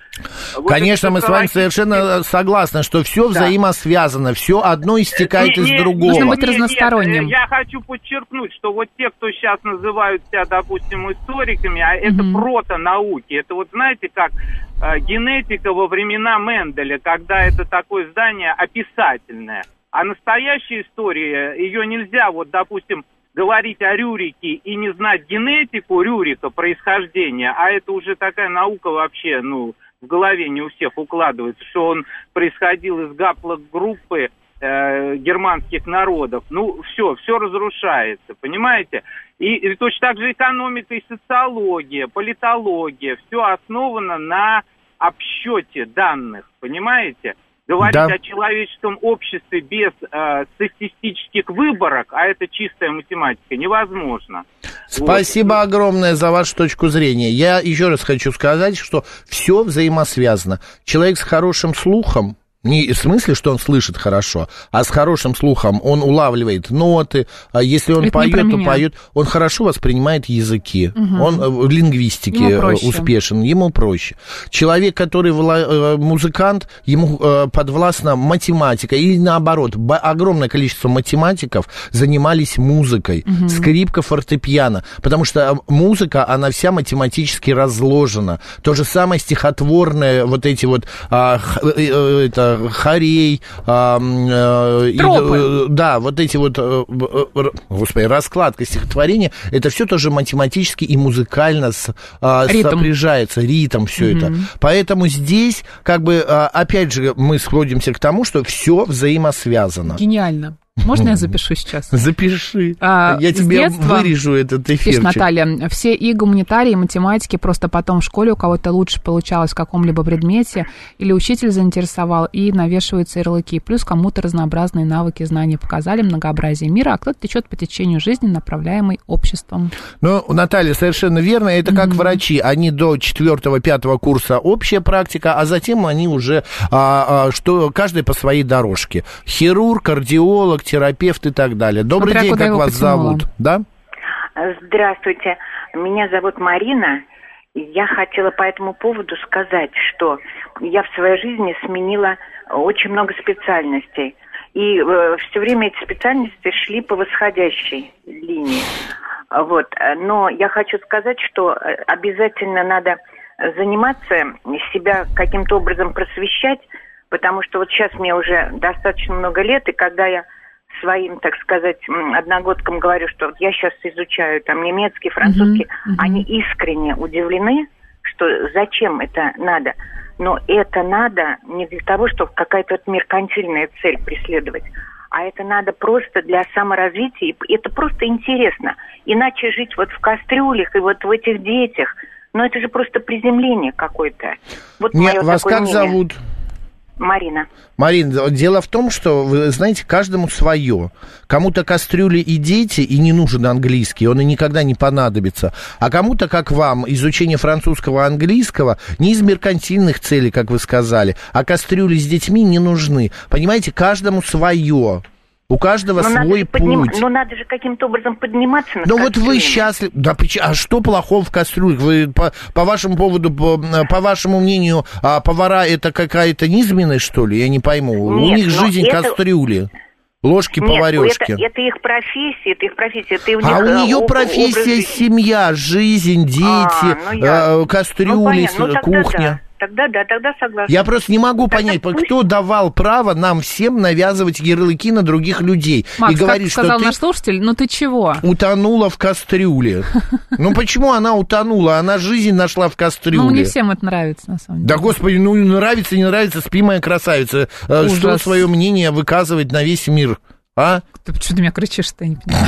Speaker 9: Вот
Speaker 4: Конечно, мы с вами
Speaker 9: социологические...
Speaker 4: совершенно согласны, что все
Speaker 9: Да.
Speaker 4: взаимосвязано, все одно истекает
Speaker 9: Не-
Speaker 4: из
Speaker 9: не-
Speaker 4: другого.
Speaker 2: Нужно быть
Speaker 9: Нет,
Speaker 2: разносторонним.
Speaker 9: нет, я хочу подчеркнуть, что вот те, кто сейчас называют себя, допустим, историками, а это
Speaker 2: Мгм.
Speaker 9: протонауки. Это вот знаете, как э, генетика во времена Менделя, когда это такое здание описательное. А настоящая история, ее нельзя, вот, допустим, говорить о Рюрике и не знать генетику Рюрика, происхождения, а это уже такая наука вообще, ну, в голове не у всех укладывается, что он происходил из гаплогруппы э, германских народов. Ну, все, все разрушается, понимаете? И, и точно так же экономика и социология, политология, все основано на обсчете данных, понимаете? Говорить
Speaker 4: Да.
Speaker 9: о человеческом обществе без э, статистических выборок, а это чистая математика, невозможно.
Speaker 4: Спасибо
Speaker 9: Вот.
Speaker 4: огромное за вашу точку зрения. Я еще раз хочу сказать, что все взаимосвязано. Человек с хорошим слухом, не в смысле, что он слышит хорошо, а с хорошим слухом он улавливает ноты, а если он
Speaker 2: Это не про
Speaker 4: поет, то
Speaker 2: меня.
Speaker 4: поет, он хорошо воспринимает языки,
Speaker 2: Мгм.
Speaker 4: он э, в лингвистике
Speaker 2: Ему
Speaker 4: э,
Speaker 2: проще.
Speaker 4: успешен, ему проще. Человек, который вла- э, музыкант, ему э, подвластна математика, или наоборот, бо- огромное количество математиков занимались музыкой,
Speaker 2: Мгм.
Speaker 4: скрипка, фортепиано, потому что э, музыка, она вся математически разложена. То же самое стихотворное, вот эти вот а, х- э, э, это хорей, а, м, э, и,
Speaker 2: Тропы.
Speaker 4: э, да, вот эти вот, э, э, р- господи, раскладка стихотворения, это все тоже математически и музыкально с, а,
Speaker 2: Ритм.
Speaker 4: сопряжается, ритм, все это.
Speaker 2: Мгм.
Speaker 4: Поэтому здесь, как бы, а, опять же, мы сходимся к тому, что все взаимосвязано.
Speaker 2: Гениально. Можно я запишу сейчас?
Speaker 4: Запиши.
Speaker 2: А,
Speaker 4: Я
Speaker 2: с
Speaker 4: тебе
Speaker 2: детства,
Speaker 4: вырежу этот
Speaker 2: Пишет
Speaker 4: эфирчик.
Speaker 2: Наталья, все и гуманитарии, и математики, просто потом в школе у кого-то лучше получалось в каком-либо предмете, или учитель заинтересовал, и навешиваются ярлыки. Плюс кому-то разнообразные навыки, знания показали, многообразие мира, а кто-то течет по течению жизни, направляемой обществом.
Speaker 4: Ну, Наталья, совершенно верно. Это как врачи. Они до четвертого-пятого курса общая практика, а затем они уже, а, а, что каждый по своей дорожке. Хирург, кардиолог, терапевт и так далее. Добрый
Speaker 2: Смотря
Speaker 4: день,
Speaker 2: куда
Speaker 4: как
Speaker 2: его
Speaker 4: вас
Speaker 2: потянуло.
Speaker 4: зовут? Да?
Speaker 10: Здравствуйте, меня зовут Марина. Я хотела по этому поводу сказать, что я в своей жизни сменила очень много специальностей. И э, все время эти специальности шли по восходящей линии. Вот. Но я хочу сказать, что обязательно надо заниматься, себя каким-то образом просвещать, потому что вот сейчас мне уже достаточно много лет, и когда я своим, так сказать, одногодкам говорю, что вот я сейчас изучаю там немецкий, французский,
Speaker 2: Мгм, мгм.
Speaker 10: они искренне удивлены, что зачем это надо. Но это надо не для того, чтобы какая-то вот меркантильная цель преследовать, а это надо просто для саморазвития, и это просто интересно. Иначе жить вот в кастрюлях и вот в этих детях, ну это же просто приземление какое-то. Вот
Speaker 4: Не,
Speaker 10: моё
Speaker 4: вас
Speaker 10: такое
Speaker 4: как
Speaker 10: мнение.
Speaker 4: зовут?
Speaker 10: Марина.
Speaker 4: Марин, дело в том, что, вы знаете, каждому свое. Кому-то кастрюли и дети, и не нужен английский, он и никогда не понадобится. А кому-то, как вам, изучение французского и английского не из меркантильных целей, как вы сказали, а кастрюли с детьми не нужны. Понимаете, каждому свое. У каждого
Speaker 10: Но надо
Speaker 4: свой
Speaker 10: же
Speaker 4: путь.
Speaker 10: подним- Но надо же каким-то образом подниматься над
Speaker 4: Ну вот вы
Speaker 10: кастрюлями.
Speaker 4: счастливы. Да, поч- а что плохого в кастрюлях? Вы по, по вашему поводу, по, по вашему мнению, а, повара это какая-то низменность, что ли? Я не пойму. У
Speaker 10: Нет,
Speaker 4: них
Speaker 10: но
Speaker 4: жизнь
Speaker 10: это-
Speaker 4: кастрюли. Ложки,
Speaker 10: Нет,
Speaker 4: поварешки.
Speaker 10: Это, это их профессия, это их профессия. Это у них,
Speaker 4: А у
Speaker 10: э,
Speaker 4: нее
Speaker 10: об- образ
Speaker 4: профессия
Speaker 10: жизни.
Speaker 4: семья, жизнь, дети,
Speaker 10: А, ну я-
Speaker 4: э, кастрюли,
Speaker 10: Ну, понятно. Ну, тогда
Speaker 4: кухня.
Speaker 10: да. Тогда да, тогда согласна.
Speaker 4: Я просто не могу
Speaker 10: Тогда
Speaker 4: понять,
Speaker 10: пусть-
Speaker 4: кто давал право нам всем навязывать ярлыки на других людей.
Speaker 2: Макс,
Speaker 4: и говорить,
Speaker 2: как сказал
Speaker 4: что
Speaker 2: наш
Speaker 4: ты
Speaker 2: слушатель, ну ты чего?
Speaker 4: утонула в кастрюле. Ну почему она утонула? Она жизнь нашла в кастрюле.
Speaker 2: Ну, не всем это нравится, на самом деле.
Speaker 4: Да, господи, ну нравится, не нравится, спи, моя красавица. Э,
Speaker 2: Ужас.
Speaker 4: Что свое мнение выказывать на весь мир? А?
Speaker 2: Ты что ты меня кричишь-то, я не понимаю.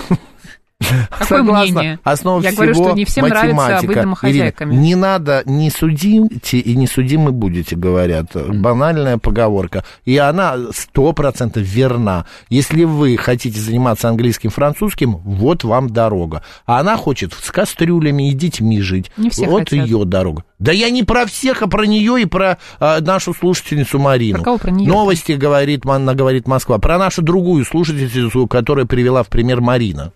Speaker 2: Какое
Speaker 4: Согласна.
Speaker 2: мнение?
Speaker 4: Основа
Speaker 2: Я
Speaker 4: всего
Speaker 2: говорю, что не всем нравится
Speaker 4: математика.
Speaker 2: быть домохозяйками.
Speaker 4: Ирина, не надо, не судите и не судимы будете, говорят. Банальная поговорка. И она сто процентов верна. Если вы хотите заниматься английским, французским, вот вам дорога. А она хочет с кастрюлями и детьми жить.
Speaker 2: Не все
Speaker 4: вот
Speaker 2: хотят.
Speaker 4: ее дорога. Да я не про всех, а про нее и про а, нашу слушательницу Марину.
Speaker 2: Про кого про нее?
Speaker 4: Новости говорит, Манна, говорит Москва. Про нашу другую слушательницу, которая привела в пример Марина.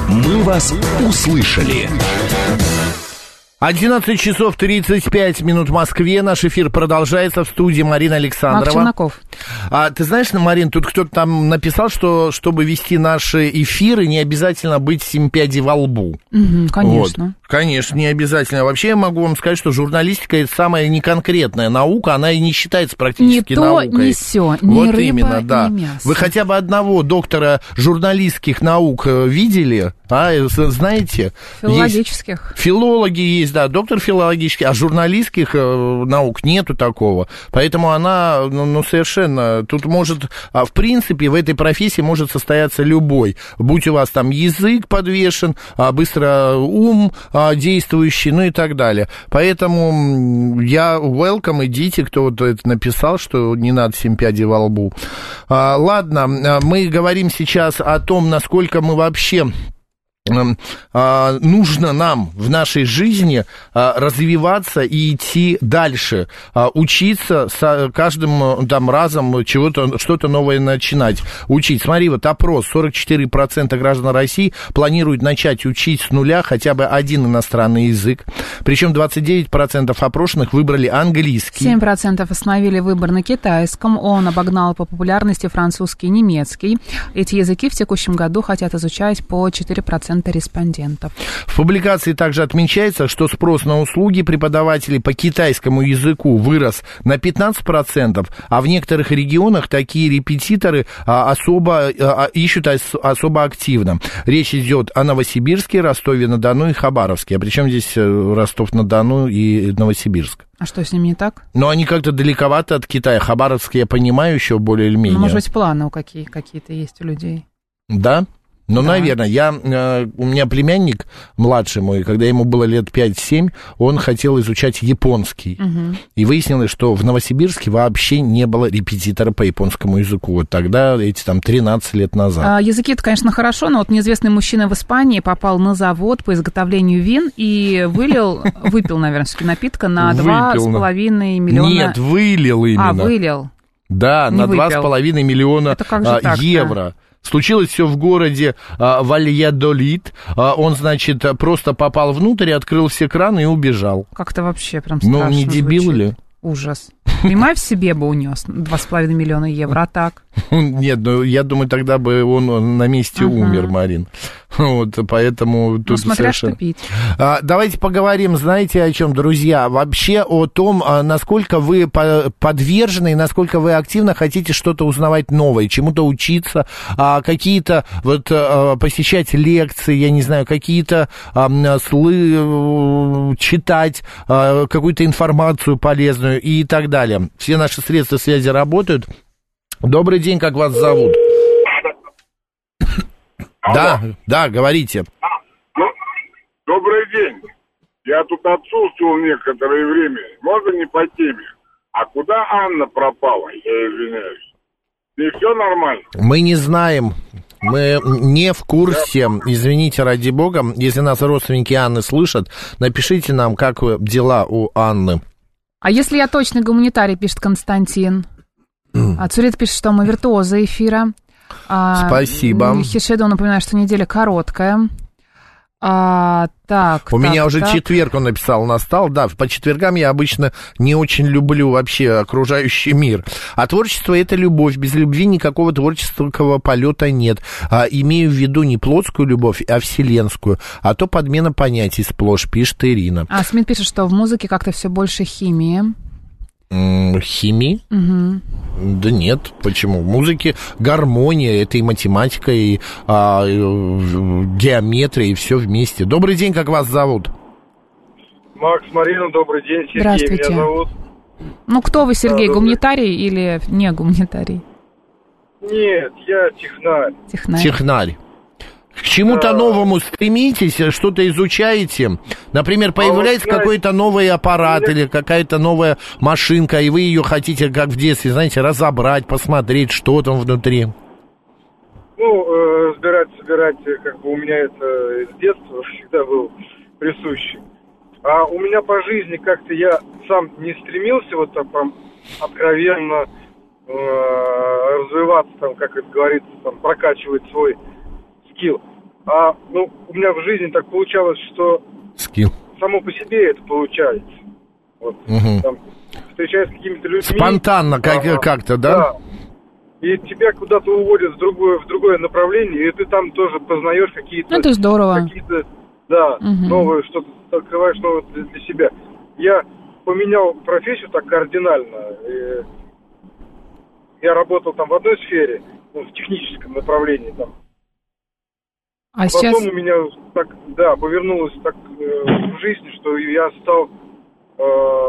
Speaker 6: Мы вас услышали.
Speaker 4: одиннадцать часов тридцать пять минут в Москве. Наш эфир продолжается. В студии Марина Александрова.
Speaker 2: Марк Челноков.
Speaker 4: А, ты знаешь, Марин, тут кто-то там написал, что чтобы вести наши эфиры, не обязательно быть семь пядей во лбу.
Speaker 2: Угу, конечно.
Speaker 4: Вот. Конечно, не обязательно. Вообще я могу вам сказать, что журналистика — это самая неконкретная наука, она и не считается практически
Speaker 2: не то,
Speaker 4: наукой.
Speaker 2: Не сё, ни
Speaker 4: вот
Speaker 2: рыба,
Speaker 4: именно, да.
Speaker 2: ни мясо.
Speaker 4: Вы хотя бы одного доктора журналистских наук видели? А, знаете?
Speaker 2: Филологических.
Speaker 4: Есть, филологи есть, да, доктор филологический, а журналистских э, наук нету такого. Поэтому она, ну, ну, совершенно, тут может, а, в принципе, в этой профессии может состояться любой. Будь у вас там язык подвешен, а, быстро ум а, действующий, ну и так далее. Поэтому я welcome, идите, кто вот это написал, что не надо семь пядей во лбу. А, ладно, мы говорим сейчас о том, насколько мы вообще... нужно нам в нашей жизни развиваться и идти дальше, учиться с каждым там разом чего-то, что-то новое начинать, учить. Смотри, вот опрос, сорок четыре процента граждан России планируют начать учить с нуля хотя бы один иностранный язык, причем двадцать девять процентов опрошенных выбрали английский.
Speaker 2: семь процентов остановили выбор на китайском, он обогнал по популярности французский и немецкий. Эти языки в текущем году хотят изучать по четыре процента респондентов.
Speaker 4: В публикации также отмечается, что спрос на услуги преподавателей по китайскому языку вырос на пятнадцать процентов, а в некоторых регионах такие репетиторы особо ищут особо активно. Речь идет о Новосибирске, Ростове-на-Дону и Хабаровске. А при чем здесь Ростов-на-Дону и Новосибирск?
Speaker 2: А что с ним не так?
Speaker 4: Но они как-то далековато от Китая. Хабаровск, я понимаю, еще более или менее.
Speaker 2: Ну, может быть, планы какие, какие-то есть у людей.
Speaker 4: Да? Ну,
Speaker 2: да.
Speaker 4: Наверное, я, э, у меня племянник младший мой, когда ему было лет пять-семь, он хотел изучать японский. Угу. И выяснилось, что в Новосибирске вообще не было репетитора по японскому языку. Вот тогда, эти там тринадцать лет назад.
Speaker 2: А, языки это, конечно, хорошо, но вот неизвестный мужчина в Испании попал на завод по изготовлению вин и вылил, выпил, наверное, все-таки напитка на два с половиной миллиона...
Speaker 4: Нет, вылил именно.
Speaker 2: А, вылил.
Speaker 4: Да, на два с половиной миллиона евро. Случилось все в городе а, Вальядолид. А, он, значит, просто попал внутрь, открыл все краны и убежал.
Speaker 2: Как-то вообще прям страшно.
Speaker 4: Ну, не дебил
Speaker 2: звучит.
Speaker 4: ли?
Speaker 2: Ужас. Прямая в себе бы унес два с половиной миллиона евро, а так?
Speaker 4: Нет, ну, я думаю, тогда бы он на месте uh-huh. умер, Марин. Вот, поэтому...
Speaker 2: Ну,
Speaker 4: тут
Speaker 2: смотря
Speaker 4: совершенно...
Speaker 2: что пить.
Speaker 4: А, давайте поговорим, знаете, о чем, друзья? Вообще о том, насколько вы подвержены и насколько вы активно хотите что-то узнавать новое, чему-то учиться, а, какие-то вот а, посещать лекции, я не знаю, какие-то а, слы читать, а, какую-то информацию полезную и так далее. Все наши средства связи работают. Добрый день, как вас зовут? Да, да, говорите.
Speaker 11: Ну, добрый день. Я тут отсутствовал некоторое время. Можно не по теме? А куда Анна пропала? Я извиняюсь. Не все нормально?
Speaker 4: Мы не знаем. Мы не в курсе. Извините, ради бога. Если нас родственники Анны слышат, напишите нам, как дела у Анны.
Speaker 2: А если я точный гуманитарий, пишет Константин. А Цурит пишет, что мы виртуозы эфира.
Speaker 4: Спасибо.
Speaker 2: А, Хишеду напоминаю, что неделя короткая. А, так,
Speaker 4: У
Speaker 2: так,
Speaker 4: меня уже
Speaker 2: так.
Speaker 4: четверг он написал, настал. Да, по четвергам я обычно не очень люблю вообще окружающий мир. А творчество — это любовь. Без любви никакого творческого полета нет. А, имею в виду не плотскую любовь, а вселенскую. А то подмена понятий сплошь, пишет Ирина.
Speaker 2: А Смит пишет, что в музыке как-то все больше химии.
Speaker 4: Химии?
Speaker 2: Угу.
Speaker 4: Да нет, почему? В музыке гармония, это и математика, и а, геометрия, и все вместе. Добрый день, как вас зовут?
Speaker 12: Макс, Марина, добрый день. Сергей
Speaker 2: Здравствуйте.
Speaker 12: меня зовут.
Speaker 2: Ну, кто вы, Сергей,
Speaker 12: да,
Speaker 2: гуманитарий или не гуманитарий?
Speaker 12: Нет, я технарь.
Speaker 2: Технарь.
Speaker 4: Технарь. К чему-то
Speaker 12: да.
Speaker 4: новому стремитесь, что-то изучаете. Например, появляется а вот, какой-то новый аппарат меня... или какая-то новая машинка, и вы ее хотите, как в детстве, знаете, разобрать, посмотреть, что там внутри.
Speaker 12: Ну, э, разбирать, собирать, как бы у меня это с детства всегда был присущий. А у меня по жизни как-то я сам не стремился вот так прям откровенно э, развиваться, там, как это говорится, там, прокачивать свой скилл. А, ну, у меня в жизни так получалось, что
Speaker 4: Скилл.
Speaker 12: само по себе это получается. Вот,
Speaker 4: угу.
Speaker 12: там, встречаясь с какими-то людьми.
Speaker 4: Спонтанно как-
Speaker 12: ага,
Speaker 4: как-то, да?
Speaker 12: Да. И тебя куда-то уводят в другое, в другое направление, и ты там тоже познаешь какие-то...
Speaker 2: Это здорово.
Speaker 12: Какие-то, да, угу. новые, что-то открываешь новое для, для себя. Я поменял профессию так кардинально. И я работал там в одной сфере, ну, в техническом направлении там.
Speaker 2: А
Speaker 12: Потом
Speaker 2: сейчас...
Speaker 12: у меня так, да, повернулось так э, в жизни, что я стал э,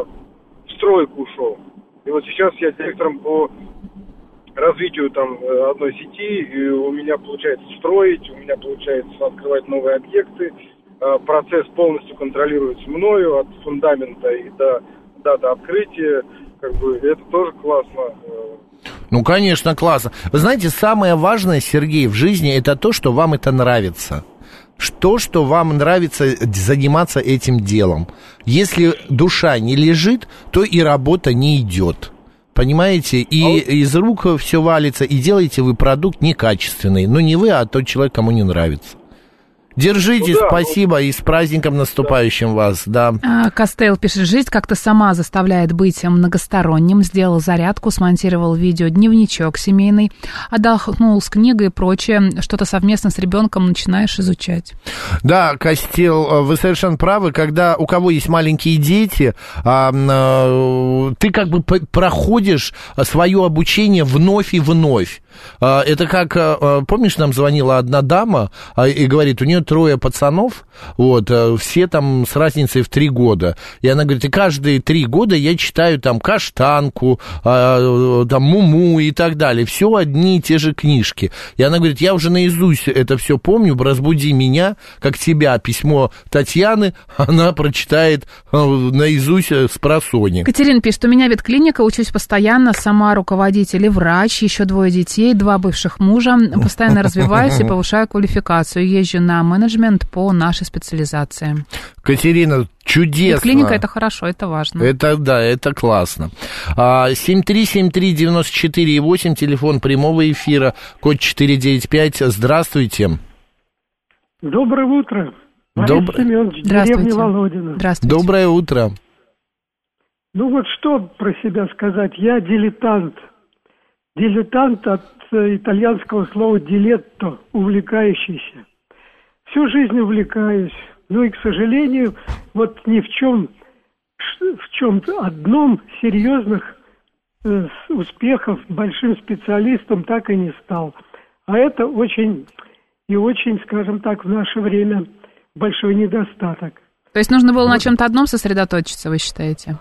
Speaker 12: в стройку ушел. И вот сейчас я директором по развитию там одной сети, и у меня получается строить, у меня получается открывать новые объекты. Э, процесс полностью контролируется мною от фундамента и до даты открытия. Как бы это тоже классно.
Speaker 4: Ну, конечно, классно. Вы знаете, самое важное, Сергей, в жизни, это то, что вам это нравится. То, что вам нравится заниматься этим делом. Если душа не лежит, то и работа не идет. Понимаете? И а вот... из рук все валится, и делаете вы продукт некачественный. Но не вы, а тот человек, кому не нравится. Держитесь, ну, да, спасибо, вот... и с праздником наступающим да. вас, да.
Speaker 2: А, Костейл пишет, жизнь как-то сама заставляет быть многосторонним. Сделал зарядку, смонтировал видео, дневничок семейный, отдохнул с книгой и прочее. Что-то совместно с ребенком начинаешь изучать.
Speaker 4: Да, Костейл, вы совершенно правы. Когда у кого есть маленькие дети, а, а, ты как бы проходишь свое обучение вновь и вновь. А, это как, а, помнишь, нам звонила одна дама а, и говорит, у нее трое пацанов, вот, все там с разницей в три года. И она говорит, и каждые три года я читаю там Каштанку, э, там Муму и так далее. Все одни и те же книжки. И она говорит, я уже наизусть это все помню, разбуди меня, как тебя, письмо Татьяны, она прочитает наизусть с просони.
Speaker 2: Катерина пишет, у меня ветклиника, учусь постоянно, сама руководитель и врач, еще двое детей, два бывших мужа, постоянно развиваюсь и повышаю квалификацию, езжу на менеджмент по нашей специализации.
Speaker 4: Катерина, чудесно.
Speaker 2: Клиника — это хорошо, это важно.
Speaker 4: Это, да, это классно. семь три семь три девять четыре восемь, телефон прямого эфира, код четыреста девяносто пять. Здравствуйте.
Speaker 13: Доброе утро.
Speaker 4: Добр...
Speaker 13: Семенович, деревня Володина.
Speaker 2: Здравствуйте.
Speaker 4: Доброе утро.
Speaker 13: Ну вот что про себя сказать. Я дилетант. Дилетант от итальянского слова «дилетто», увлекающийся. Всю жизнь увлекаюсь, ну и, к сожалению, вот ни в чем, в чем-то одном серьезных э, успехов большим специалистом так и не стал. А это очень и очень, скажем так, в наше время большой недостаток.
Speaker 2: То есть нужно было вот. на чем-то одном сосредоточиться, вы считаете?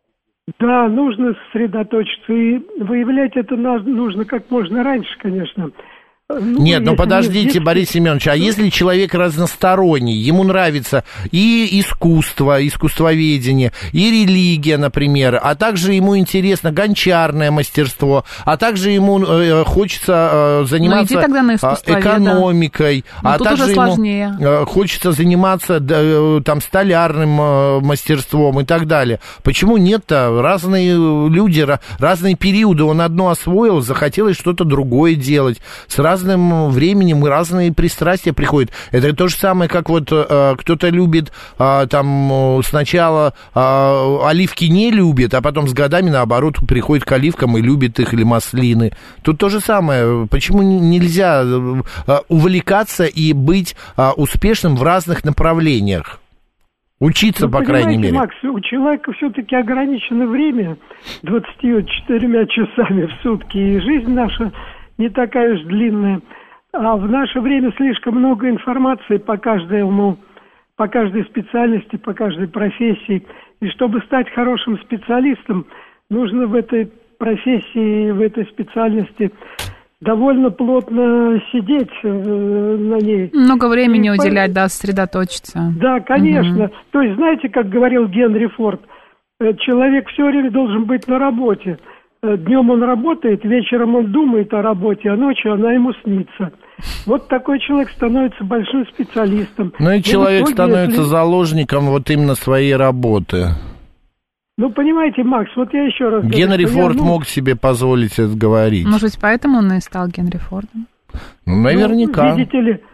Speaker 13: Да, нужно сосредоточиться, и выявлять это нужно как можно раньше, конечно. Ну,
Speaker 4: Нет, ну подождите, нет, Борис Семенович, а если человек разносторонний, ему нравится и искусство, искусствоведение, и религия, например, а также ему интересно гончарное мастерство, а также ему э, хочется э, заниматься э, экономикой,
Speaker 2: ну,
Speaker 4: а также ему э, хочется заниматься э, там столярным э, мастерством и так далее. Почему нет-то? Разные люди, разные периоды, он одно освоил, захотелось что-то другое делать, с разными разным временем разные пристрастия приходят. Это то же самое, как вот э, кто-то любит э, там сначала э, оливки не любит, а потом с годами, наоборот, приходит к оливкам и любит их, или маслины. Тут то же самое. Почему нельзя э, увлекаться и быть э, успешным в разных направлениях? Учиться, ну, по крайней мере.
Speaker 13: Макс, у человека все-таки ограничено время двадцатью четырьмя часами в сутки, и жизнь наша не такая уж длинная. А в наше время слишком много информации по каждому, по каждой специальности, по каждой профессии. И чтобы стать хорошим специалистом, нужно в этой профессии, в этой специальности довольно плотно сидеть э, на ней.
Speaker 2: Много времени и
Speaker 13: по...
Speaker 2: уделять, да, сосредоточиться.
Speaker 13: Да, конечно. Угу. То есть, знаете, как говорил Генри Форд, человек все время должен быть на работе. Днем он работает, вечером он думает о работе, а ночью она ему снится. Вот такой человек становится большим специалистом.
Speaker 4: Ну и, и человек итоге, становится если... заложником вот именно своей работы.
Speaker 13: Ну, понимаете, Макс, вот я еще раз...
Speaker 4: Генри
Speaker 13: говорю,
Speaker 4: Форд
Speaker 13: я, ну...
Speaker 4: мог себе позволить это говорить.
Speaker 2: Может быть, поэтому он и стал Генри Фордом?
Speaker 4: Ну, наверняка.
Speaker 13: Ну, видите ли,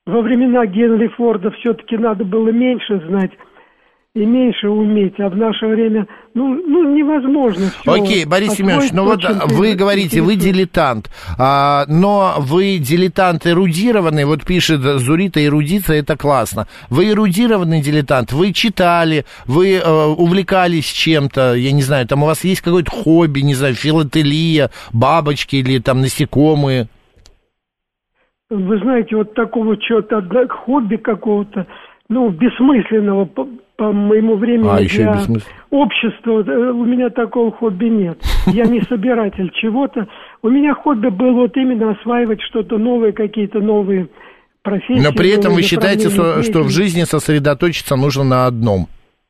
Speaker 13: во времена Генри Форда все-таки надо было меньше знать и меньше уметь, а в наше время, ну, ну невозможно все.
Speaker 4: Окей, Борис Семенович, ну вот вы говорите, вы дилетант, а, но вы дилетант эрудированный, вот пишет Зурита, эрудиция, это классно. Вы эрудированный дилетант, вы читали, вы э, увлекались чем-то, я не знаю, там у вас есть какое-то хобби, не знаю, филателия, бабочки или там насекомые?
Speaker 13: Вы знаете, вот такого чего-то, хобби какого-то, ну, бессмысленного, по, по моему времени,
Speaker 4: а,
Speaker 13: для общества, у меня такого хобби нет. Я не собиратель чего-то. У меня хобби было вот именно осваивать что-то новое, какие-то новые профессии.
Speaker 4: Но при этом вы считаете, что,
Speaker 13: деятельности.
Speaker 4: что в жизни сосредоточиться нужно на одном?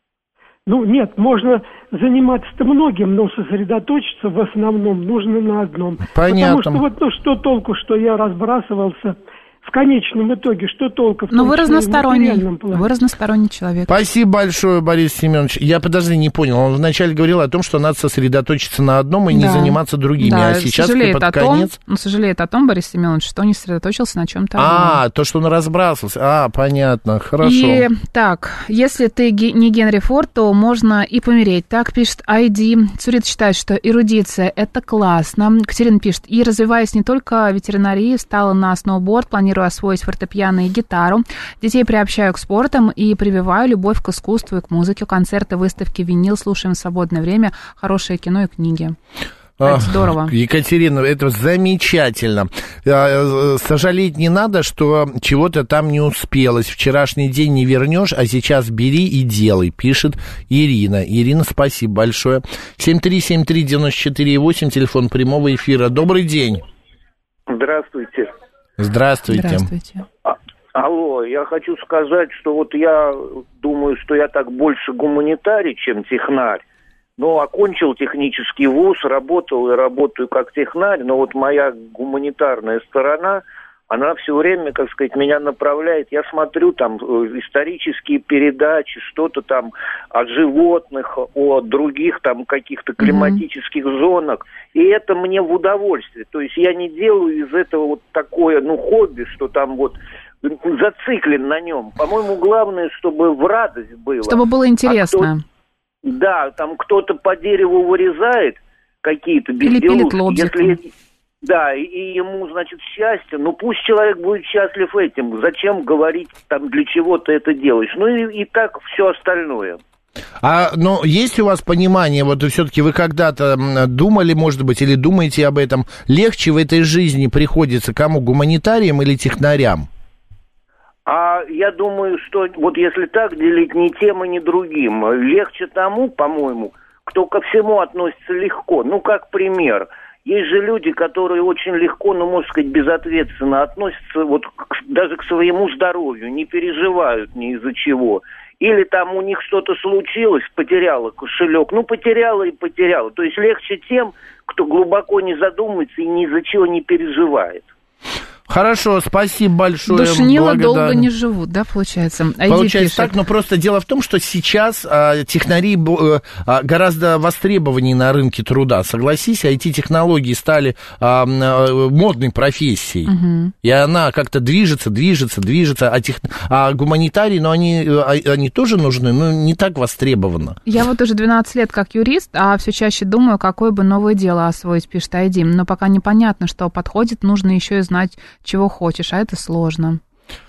Speaker 13: Ну, нет, можно заниматься-то многим, но сосредоточиться в основном нужно на одном.
Speaker 4: Понятно.
Speaker 13: Потому что вот, ну, что толку, что я разбрасывался в конечном итоге, что толку в том,
Speaker 2: Но вы разносторонний,
Speaker 13: плане?
Speaker 2: вы разносторонний человек.
Speaker 4: Спасибо большое, Борис Семенович. Я, подожди, не понял. Он вначале говорил о том, что надо сосредоточиться на одном и да. не заниматься другими.
Speaker 2: Да,
Speaker 4: а сейчас
Speaker 2: сожалеет
Speaker 4: под
Speaker 2: о том,
Speaker 4: конец...
Speaker 2: Он сожалеет о том, Борис Семенович, что не сосредоточился на чем-то одном.
Speaker 4: А, то, что он разбрасывался. А, понятно, хорошо.
Speaker 2: И так, если ты не Генри Форд, то можно и помереть. Так пишет Айди. Цурит считает, что эрудиция – это классно. Катерина пишет, и развиваясь не только в ветеринарии, встала на сноуборд, планирую освоить фортепиано и гитару. Детей приобщаю к спортам и прививаю любовь к искусству и к музыке. Концерты, выставки, винил, слушаем в свободное время, хорошее кино и книги. Это здорово.
Speaker 4: Екатерина, это замечательно. Сожалеть не надо, что чего-то там не успелось. Вчерашний день не вернешь, а сейчас бери и делай, пишет Ирина. Ирина, спасибо большое. семь три семь три девять четыре восемь, телефон прямого эфира. Добрый день.
Speaker 14: Здравствуйте.
Speaker 4: Здравствуйте.
Speaker 2: Здравствуйте.
Speaker 14: А, алло, я хочу сказать, что вот я думаю, что я так больше гуманитарий, чем технарь. Но окончил технический вуз, работал и работаю как технарь, но вот моя гуманитарная сторона, она все время, как сказать, меня направляет. Я смотрю там исторические передачи, что-то там о животных, о других там каких-то климатических mm-hmm. зонах. И это мне в удовольствие. То есть я не делаю из этого вот такое, ну, хобби, что там вот зациклен на нем. По-моему, главное, чтобы в радость было.
Speaker 2: Чтобы было интересно.
Speaker 14: А кто, да, там кто-то по дереву вырезает какие-то безделушки.
Speaker 2: Или пилит лобзиком.
Speaker 14: Если... Да, и, и ему, значит, счастье. Ну, пусть человек будет счастлив этим. Зачем говорить, там, для чего ты это делаешь? Ну, и, и так все остальное.
Speaker 4: А, ну, есть у вас понимание, вот все-таки вы когда-то думали, может быть, или думаете об этом, легче в этой жизни приходится кому, гуманитариям или технарям?
Speaker 14: А я думаю, что вот если так делить ни тем и ни другим, легче тому, по-моему, кто ко всему относится легко. Ну, как пример. Есть же люди, которые очень легко, ну, можно сказать, безответственно относятся вот к, даже к своему здоровью, не переживают ни из-за чего. Или там у них что-то случилось, потеряла кошелек, ну, потеряла и потеряла. То есть легче тем, кто глубоко не задумывается и ни из-за чего не переживает.
Speaker 4: Хорошо, спасибо большое.
Speaker 2: Душнило долго не живут, да, получается? Айди
Speaker 4: получается
Speaker 2: пишет.
Speaker 4: Так, но просто дело в том, что сейчас а, технари а, гораздо востребованнее на рынке труда. Согласись, ай ти-технологии стали а, модной профессией. Угу. И она как-то движется, движется, движется. А, тех... а гуманитарии, ну, они, они тоже нужны, но не так востребованы.
Speaker 2: Я вот уже двенадцать лет как юрист, а все чаще думаю, какое бы новое дело освоить, пишет Айди. Но пока непонятно, что подходит, нужно еще и знать, чего хочешь, а это сложно.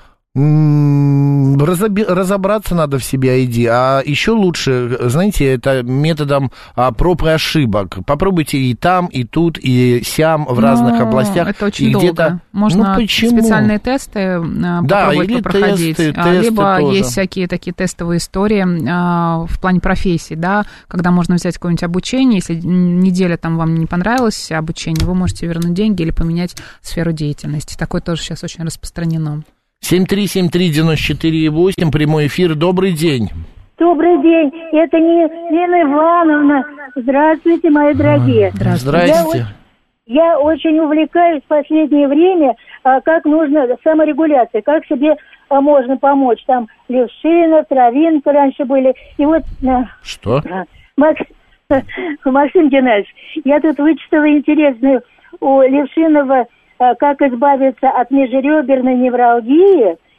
Speaker 4: Разобраться надо в себе, ай ди. А еще лучше, знаете, это методом а, проб и ошибок. Попробуйте и там, и тут, и сям в разных Но областях.
Speaker 2: Это очень
Speaker 4: и
Speaker 2: долго. Можно ну, специальные тесты а,
Speaker 4: да,
Speaker 2: попробовать
Speaker 4: или
Speaker 2: проходить.
Speaker 4: Тесты, тесты
Speaker 2: Либо
Speaker 4: тоже.
Speaker 2: Есть всякие такие тестовые истории а, в плане профессий, да, когда можно взять какое-нибудь обучение, если неделя там вам не понравилось обучение, вы можете вернуть деньги или поменять сферу деятельности. Такое тоже сейчас очень распространено.
Speaker 4: семь три семь три девять четыре восемь, прямой эфир. Добрый день.
Speaker 15: Добрый день. Это не Нина Ивановна. Здравствуйте, мои дорогие.
Speaker 4: Здравствуйте.
Speaker 15: Я, я очень увлекаюсь в последнее время, а, как нужно саморегуляция, как себе а, можно помочь. Там Левшина, Травинка раньше были. И вот...
Speaker 4: Что?
Speaker 15: Макс, Максим Геннадьевич, я тут вычитала интересную у Левшинова, как избавиться от межреберной невралгии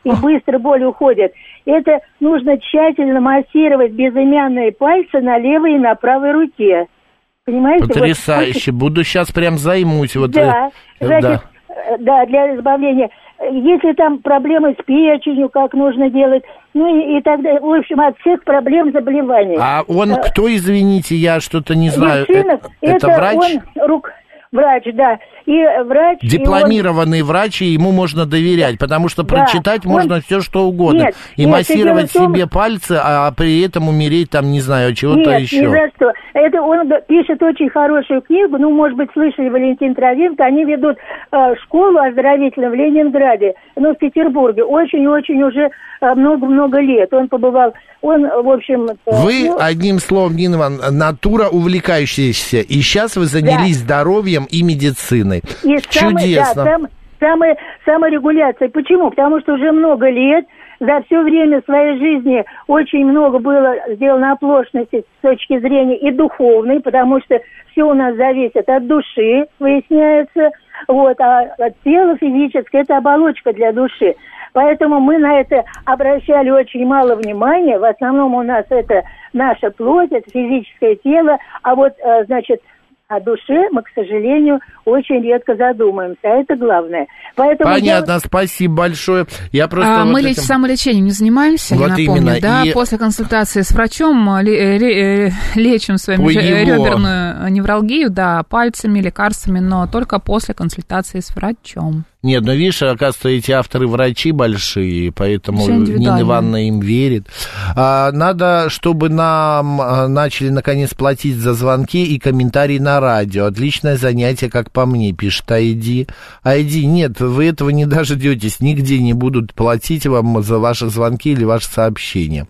Speaker 15: и быстро боль уходит. Это нужно тщательно массировать безымянные пальцы на левой и на правой руке. Понимаете?
Speaker 4: Потрясающе. Вот. Буду сейчас прям займусь. Вот,
Speaker 15: да,
Speaker 4: э,
Speaker 15: значит,
Speaker 4: да.
Speaker 15: да, для избавления. Если там проблемы с печенью, как нужно делать, ну и, и так далее. В общем, от всех проблем заболеваний.
Speaker 4: А он кто, извините, я что-то не знаю.
Speaker 15: Вершинов,
Speaker 4: это, это врач?
Speaker 15: Он рук... Врач, да. И врач...
Speaker 4: Дипломированный
Speaker 15: и он...
Speaker 4: врач, и ему можно доверять, потому что
Speaker 15: да,
Speaker 4: прочитать
Speaker 15: он...
Speaker 4: можно все, что угодно.
Speaker 15: Нет,
Speaker 4: и
Speaker 15: нет,
Speaker 4: массировать
Speaker 15: том...
Speaker 4: себе пальцы, а при этом умереть там, не знаю, чего-то
Speaker 15: нет,
Speaker 4: еще.
Speaker 15: Нет, ни за что. Это он пишет очень хорошую книгу, ну, может быть, слышали Валентин Травинка, они ведут э, школу оздоровительную в Ленинграде, ну, в Петербурге, очень-очень уже много-много лет. Он побывал, он, в общем...
Speaker 4: Вы,
Speaker 15: ну...
Speaker 4: одним словом, Нина Ивановна, натура увлекающаяся, и сейчас вы занялись да. здоровьем и медициной.
Speaker 15: И
Speaker 4: чудесно.
Speaker 15: Самый, да, сам, самый, саморегуляция. Почему? Потому что уже много лет, за все время своей жизни очень много было сделано оплошности с точки зрения и духовной, потому что все у нас зависит от души, выясняется, вот, а от тела физическое – это оболочка для души. Поэтому мы на это обращали очень мало внимания. В основном у нас это наша плоть, это физическое тело. А вот, значит, о душе мы, к сожалению, очень редко задумаемся. А это главное. Поэтому
Speaker 4: понятно,
Speaker 15: я...
Speaker 4: спасибо большое. Я просто
Speaker 2: а,
Speaker 4: вот
Speaker 2: мы
Speaker 4: этим...
Speaker 2: леч... самолечением не занимаемся,
Speaker 4: вот
Speaker 2: я напомню.
Speaker 4: Именно.
Speaker 2: Да,
Speaker 4: и...
Speaker 2: после консультации с врачом лечим с вами реберную невралгию, да, пальцами, лекарствами, но только после консультации с врачом.
Speaker 4: Нет, ну видишь, оказывается, эти авторы врачи большие, поэтому Нина Ивановна им верит. А, надо, чтобы нам начали наконец платить за звонки и комментарии на радио. Отличное занятие, как по мне, пишет Айди. Айди, нет, вы этого не дождетесь, нигде не будут платить вам за ваши звонки или ваши сообщения.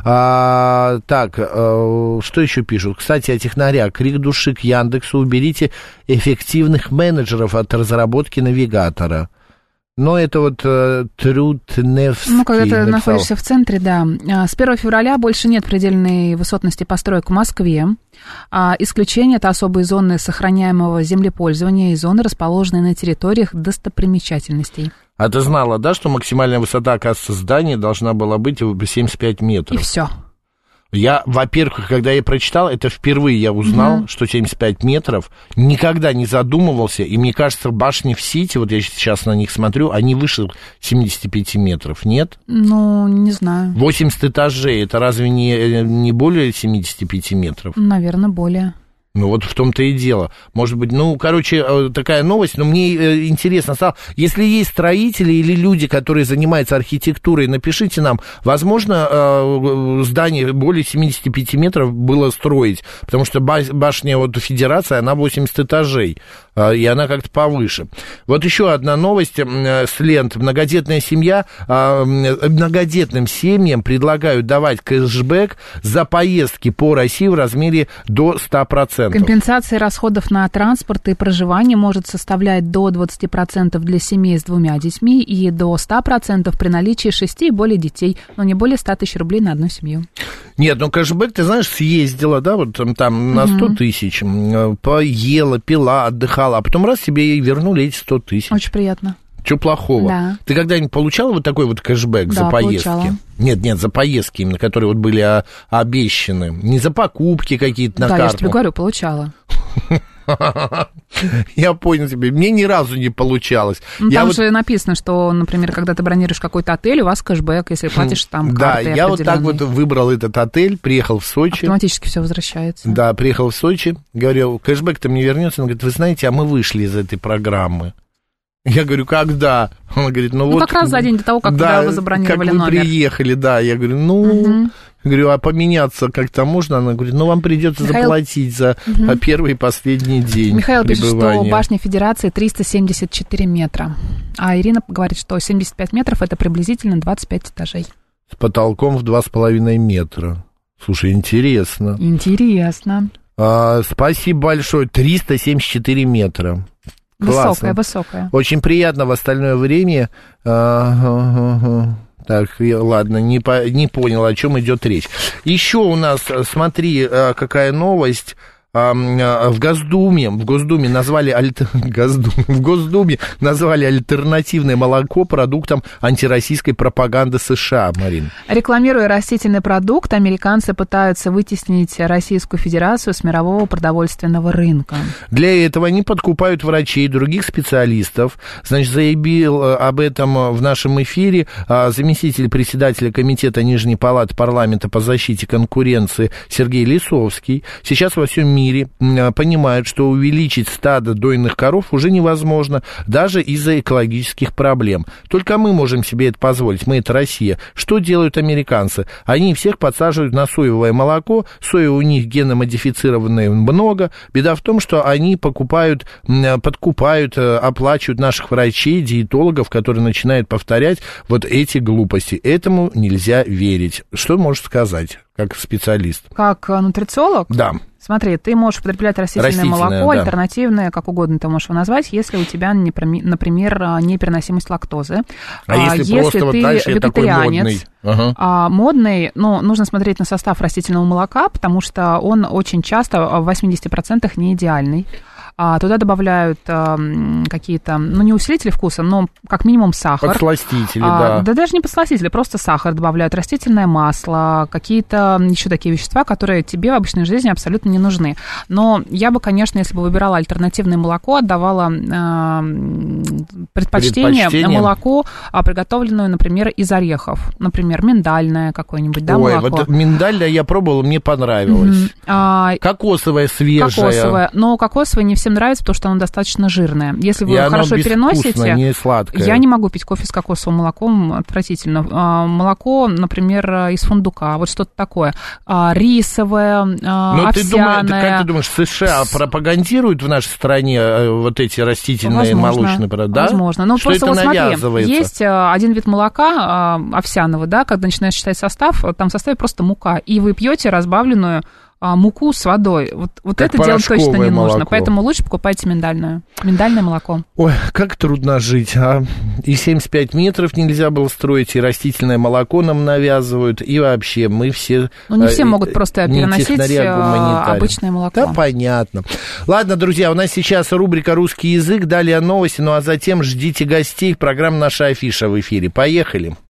Speaker 4: А, так, а, что еще пишут? Кстати, о технарях. Крик души к Яндексу. Уберите эффективных менеджеров от разработки навигатора. Но это вот э, Трутневский
Speaker 2: Ну, когда ты
Speaker 4: написал.
Speaker 2: находишься в центре, да. С первого февраля больше нет предельной высотности построек в Москве. А исключение – это особые зоны сохраняемого землепользования и зоны, расположенные на территориях достопримечательностей.
Speaker 4: А ты знала, да, что максимальная высота, оказывается, здания должна была быть семьдесят пять метров?
Speaker 2: И все.
Speaker 4: Я, во-первых, когда я прочитал, это впервые я узнал, mm-hmm. что семьдесят пять метров, никогда не задумывался, и мне кажется, башни в Сити, вот я сейчас на них смотрю, они выше семьдесят пять метров, нет?
Speaker 2: Ну, не знаю.
Speaker 4: восемьдесят этажей, это разве не, не более семьдесят пять метров?
Speaker 2: Наверное, более.
Speaker 4: Ну, вот в том-то и дело. Может быть, ну, короче, такая новость, но мне интересно стало. Если есть строители или люди, которые занимаются архитектурой, напишите нам, возможно, здание более семьдесят пять метров было строить, потому что башня вот Федерации, она восемьдесят этажей, и она как-то повыше. Вот еще одна новость с лент. Многодетная семья, многодетным семьям предлагают давать кэшбэк за поездки по России в размере до ста процентов.
Speaker 2: Компенсация расходов на транспорт и проживание может составлять до двадцать процентов для семей с двумя детьми и до сто процентов при наличии шести и более детей, но не более ста тысяч рублей на одну семью.
Speaker 4: Нет, ну кэшбэк, ты знаешь, съездила, да, вот там, там на сто тысяч, поела, пила, отдыхала, а потом раз тебе и вернули эти сто тысяч.
Speaker 2: Очень приятно.
Speaker 4: Чего плохого?
Speaker 2: Да.
Speaker 4: Ты когда-нибудь получала вот такой вот кэшбэк
Speaker 2: да,
Speaker 4: за поездки?
Speaker 2: Получала.
Speaker 4: Нет, нет, за поездки именно, которые вот были а, обещаны. Не за покупки какие-то на
Speaker 2: да,
Speaker 4: карту.
Speaker 2: Да, я же тебе говорю, получала.
Speaker 4: Я понял тебя. Мне ни разу не получалось.
Speaker 2: Ну,
Speaker 4: я
Speaker 2: там
Speaker 4: вот...
Speaker 2: же написано, что, например, когда ты бронируешь какой-то отель, у вас кэшбэк, если платишь там картой.
Speaker 4: Да, я вот так вот выбрал этот отель, приехал в Сочи.
Speaker 2: Автоматически все возвращается.
Speaker 4: Да, приехал в Сочи, говорю, кэшбэк-то мне вернется. Он говорит, вы знаете, а мы вышли из этой программы. Я говорю, когда? Он говорит, ну, ну вот...
Speaker 2: Ну, как раз за день до того, как
Speaker 4: да,
Speaker 2: вы забронировали
Speaker 4: как вы
Speaker 2: номер.
Speaker 4: приехали, да. Я говорю, ну... Угу. Говорю, а поменяться как-то можно? Она говорит, ну, вам придется Михаил... заплатить за угу. первый и последний день
Speaker 2: Михаил
Speaker 4: пребывания.
Speaker 2: пишет, что башня Федерации триста семьдесят четыре метра. А Ирина говорит, что семьдесят пять метров – это приблизительно двадцать пять этажей.
Speaker 4: С потолком в два с половиной метра. Слушай, интересно.
Speaker 2: Интересно.
Speaker 4: А, спасибо большое. триста семьдесят четыре метра. Классно.
Speaker 2: Высокая, высокая.
Speaker 4: Очень приятно в остальное время. Так, ладно, не, по, не понял, о чем идет речь. Еще у нас, смотри, какая новость. в Госдуме, в Госдуме назвали альтер... Госдуме, в Госдуме назвали альтернативное молоко продуктом антироссийской пропаганды США, Марина.
Speaker 2: Рекламируя растительный продукт, американцы пытаются вытеснить Российскую Федерацию с мирового продовольственного рынка.
Speaker 4: Для этого они подкупают врачей и других специалистов. Значит, заявил об этом в нашем эфире заместитель председателя комитета Нижней палаты парламента по защите конкуренции Сергей Лисовский. Сейчас во всем мире понимают, что увеличить стадо дойных коров уже невозможно, даже из-за экологических проблем. Только мы можем себе это позволить, мы это Россия. Что делают американцы? Они всех подсаживают на соевое молоко, соя у них геномодифицированное много. Беда в том, что они покупают, подкупают, оплачивают наших врачей, диетологов, которые начинают повторять вот эти глупости. Этому нельзя верить. Что можешь сказать, как специалист?
Speaker 2: Как нутрициолог?
Speaker 4: Да.
Speaker 2: Смотри, ты можешь употреблять растительное, растительное молоко, да. альтернативное, как угодно ты можешь его назвать, если у тебя, например, непереносимость лактозы.
Speaker 4: А если, если просто
Speaker 2: ты
Speaker 4: вот дальше
Speaker 2: вегетарианец,
Speaker 4: ага.
Speaker 2: а, модный, ну, нужно смотреть на состав растительного молока, потому что он очень часто в восемьдесят процентов не идеальный. А, туда добавляют а, какие-то, ну, не усилители вкуса, но как минимум сахар.
Speaker 4: Подсластители,
Speaker 2: а,
Speaker 4: да.
Speaker 2: Да даже не подсластители, просто сахар добавляют, растительное масло, какие-то еще такие вещества, которые тебе в обычной жизни абсолютно не нужны. Но я бы, конечно, если бы выбирала альтернативное молоко, отдавала а, предпочтение, предпочтение молоку, а, приготовленную, например, из орехов. Например, миндальное какое-нибудь, да,
Speaker 4: Ой,
Speaker 2: молоко.
Speaker 4: Вот миндальное я пробовала, мне понравилось. Mm-hmm. А, кокосовое свежее.
Speaker 2: Кокосовое, но кокосовое не все всем нравится, потому что оно достаточно жирное. Если вы его хорошо переносите,
Speaker 4: не сладкое.
Speaker 2: Я не могу пить кофе с кокосовым молоком, отвратительно. Молоко, например, из фундука, вот что-то такое. Рисовое,
Speaker 4: Но
Speaker 2: овсяное.
Speaker 4: Ты думаешь, как ты думаешь, США пропагандируют в нашей стране вот эти растительные
Speaker 2: возможно,
Speaker 4: молочные продукты? Да?
Speaker 2: Возможно. Но
Speaker 4: что
Speaker 2: просто
Speaker 4: это
Speaker 2: вот
Speaker 4: навязывается?
Speaker 2: Смотри, есть один вид молока овсяного, да, когда начинаешь считать состав, там в составе просто мука, и вы пьете разбавленную А, муку с водой. Вот, вот это делать точно не
Speaker 4: молоко.
Speaker 2: нужно. Поэтому лучше покупайте миндальное. Миндальное молоко.
Speaker 4: Ой, как трудно жить, а. И семьдесят пять метров нельзя было строить, и растительное молоко нам навязывают, и вообще мы все...
Speaker 2: Ну, не все могут просто переносить обычное молоко.
Speaker 4: Да, понятно. Ладно, друзья, у нас сейчас рубрика «Русский язык», далее новости, ну а затем ждите гостей. Программа «Наша афиша» в эфире. Поехали.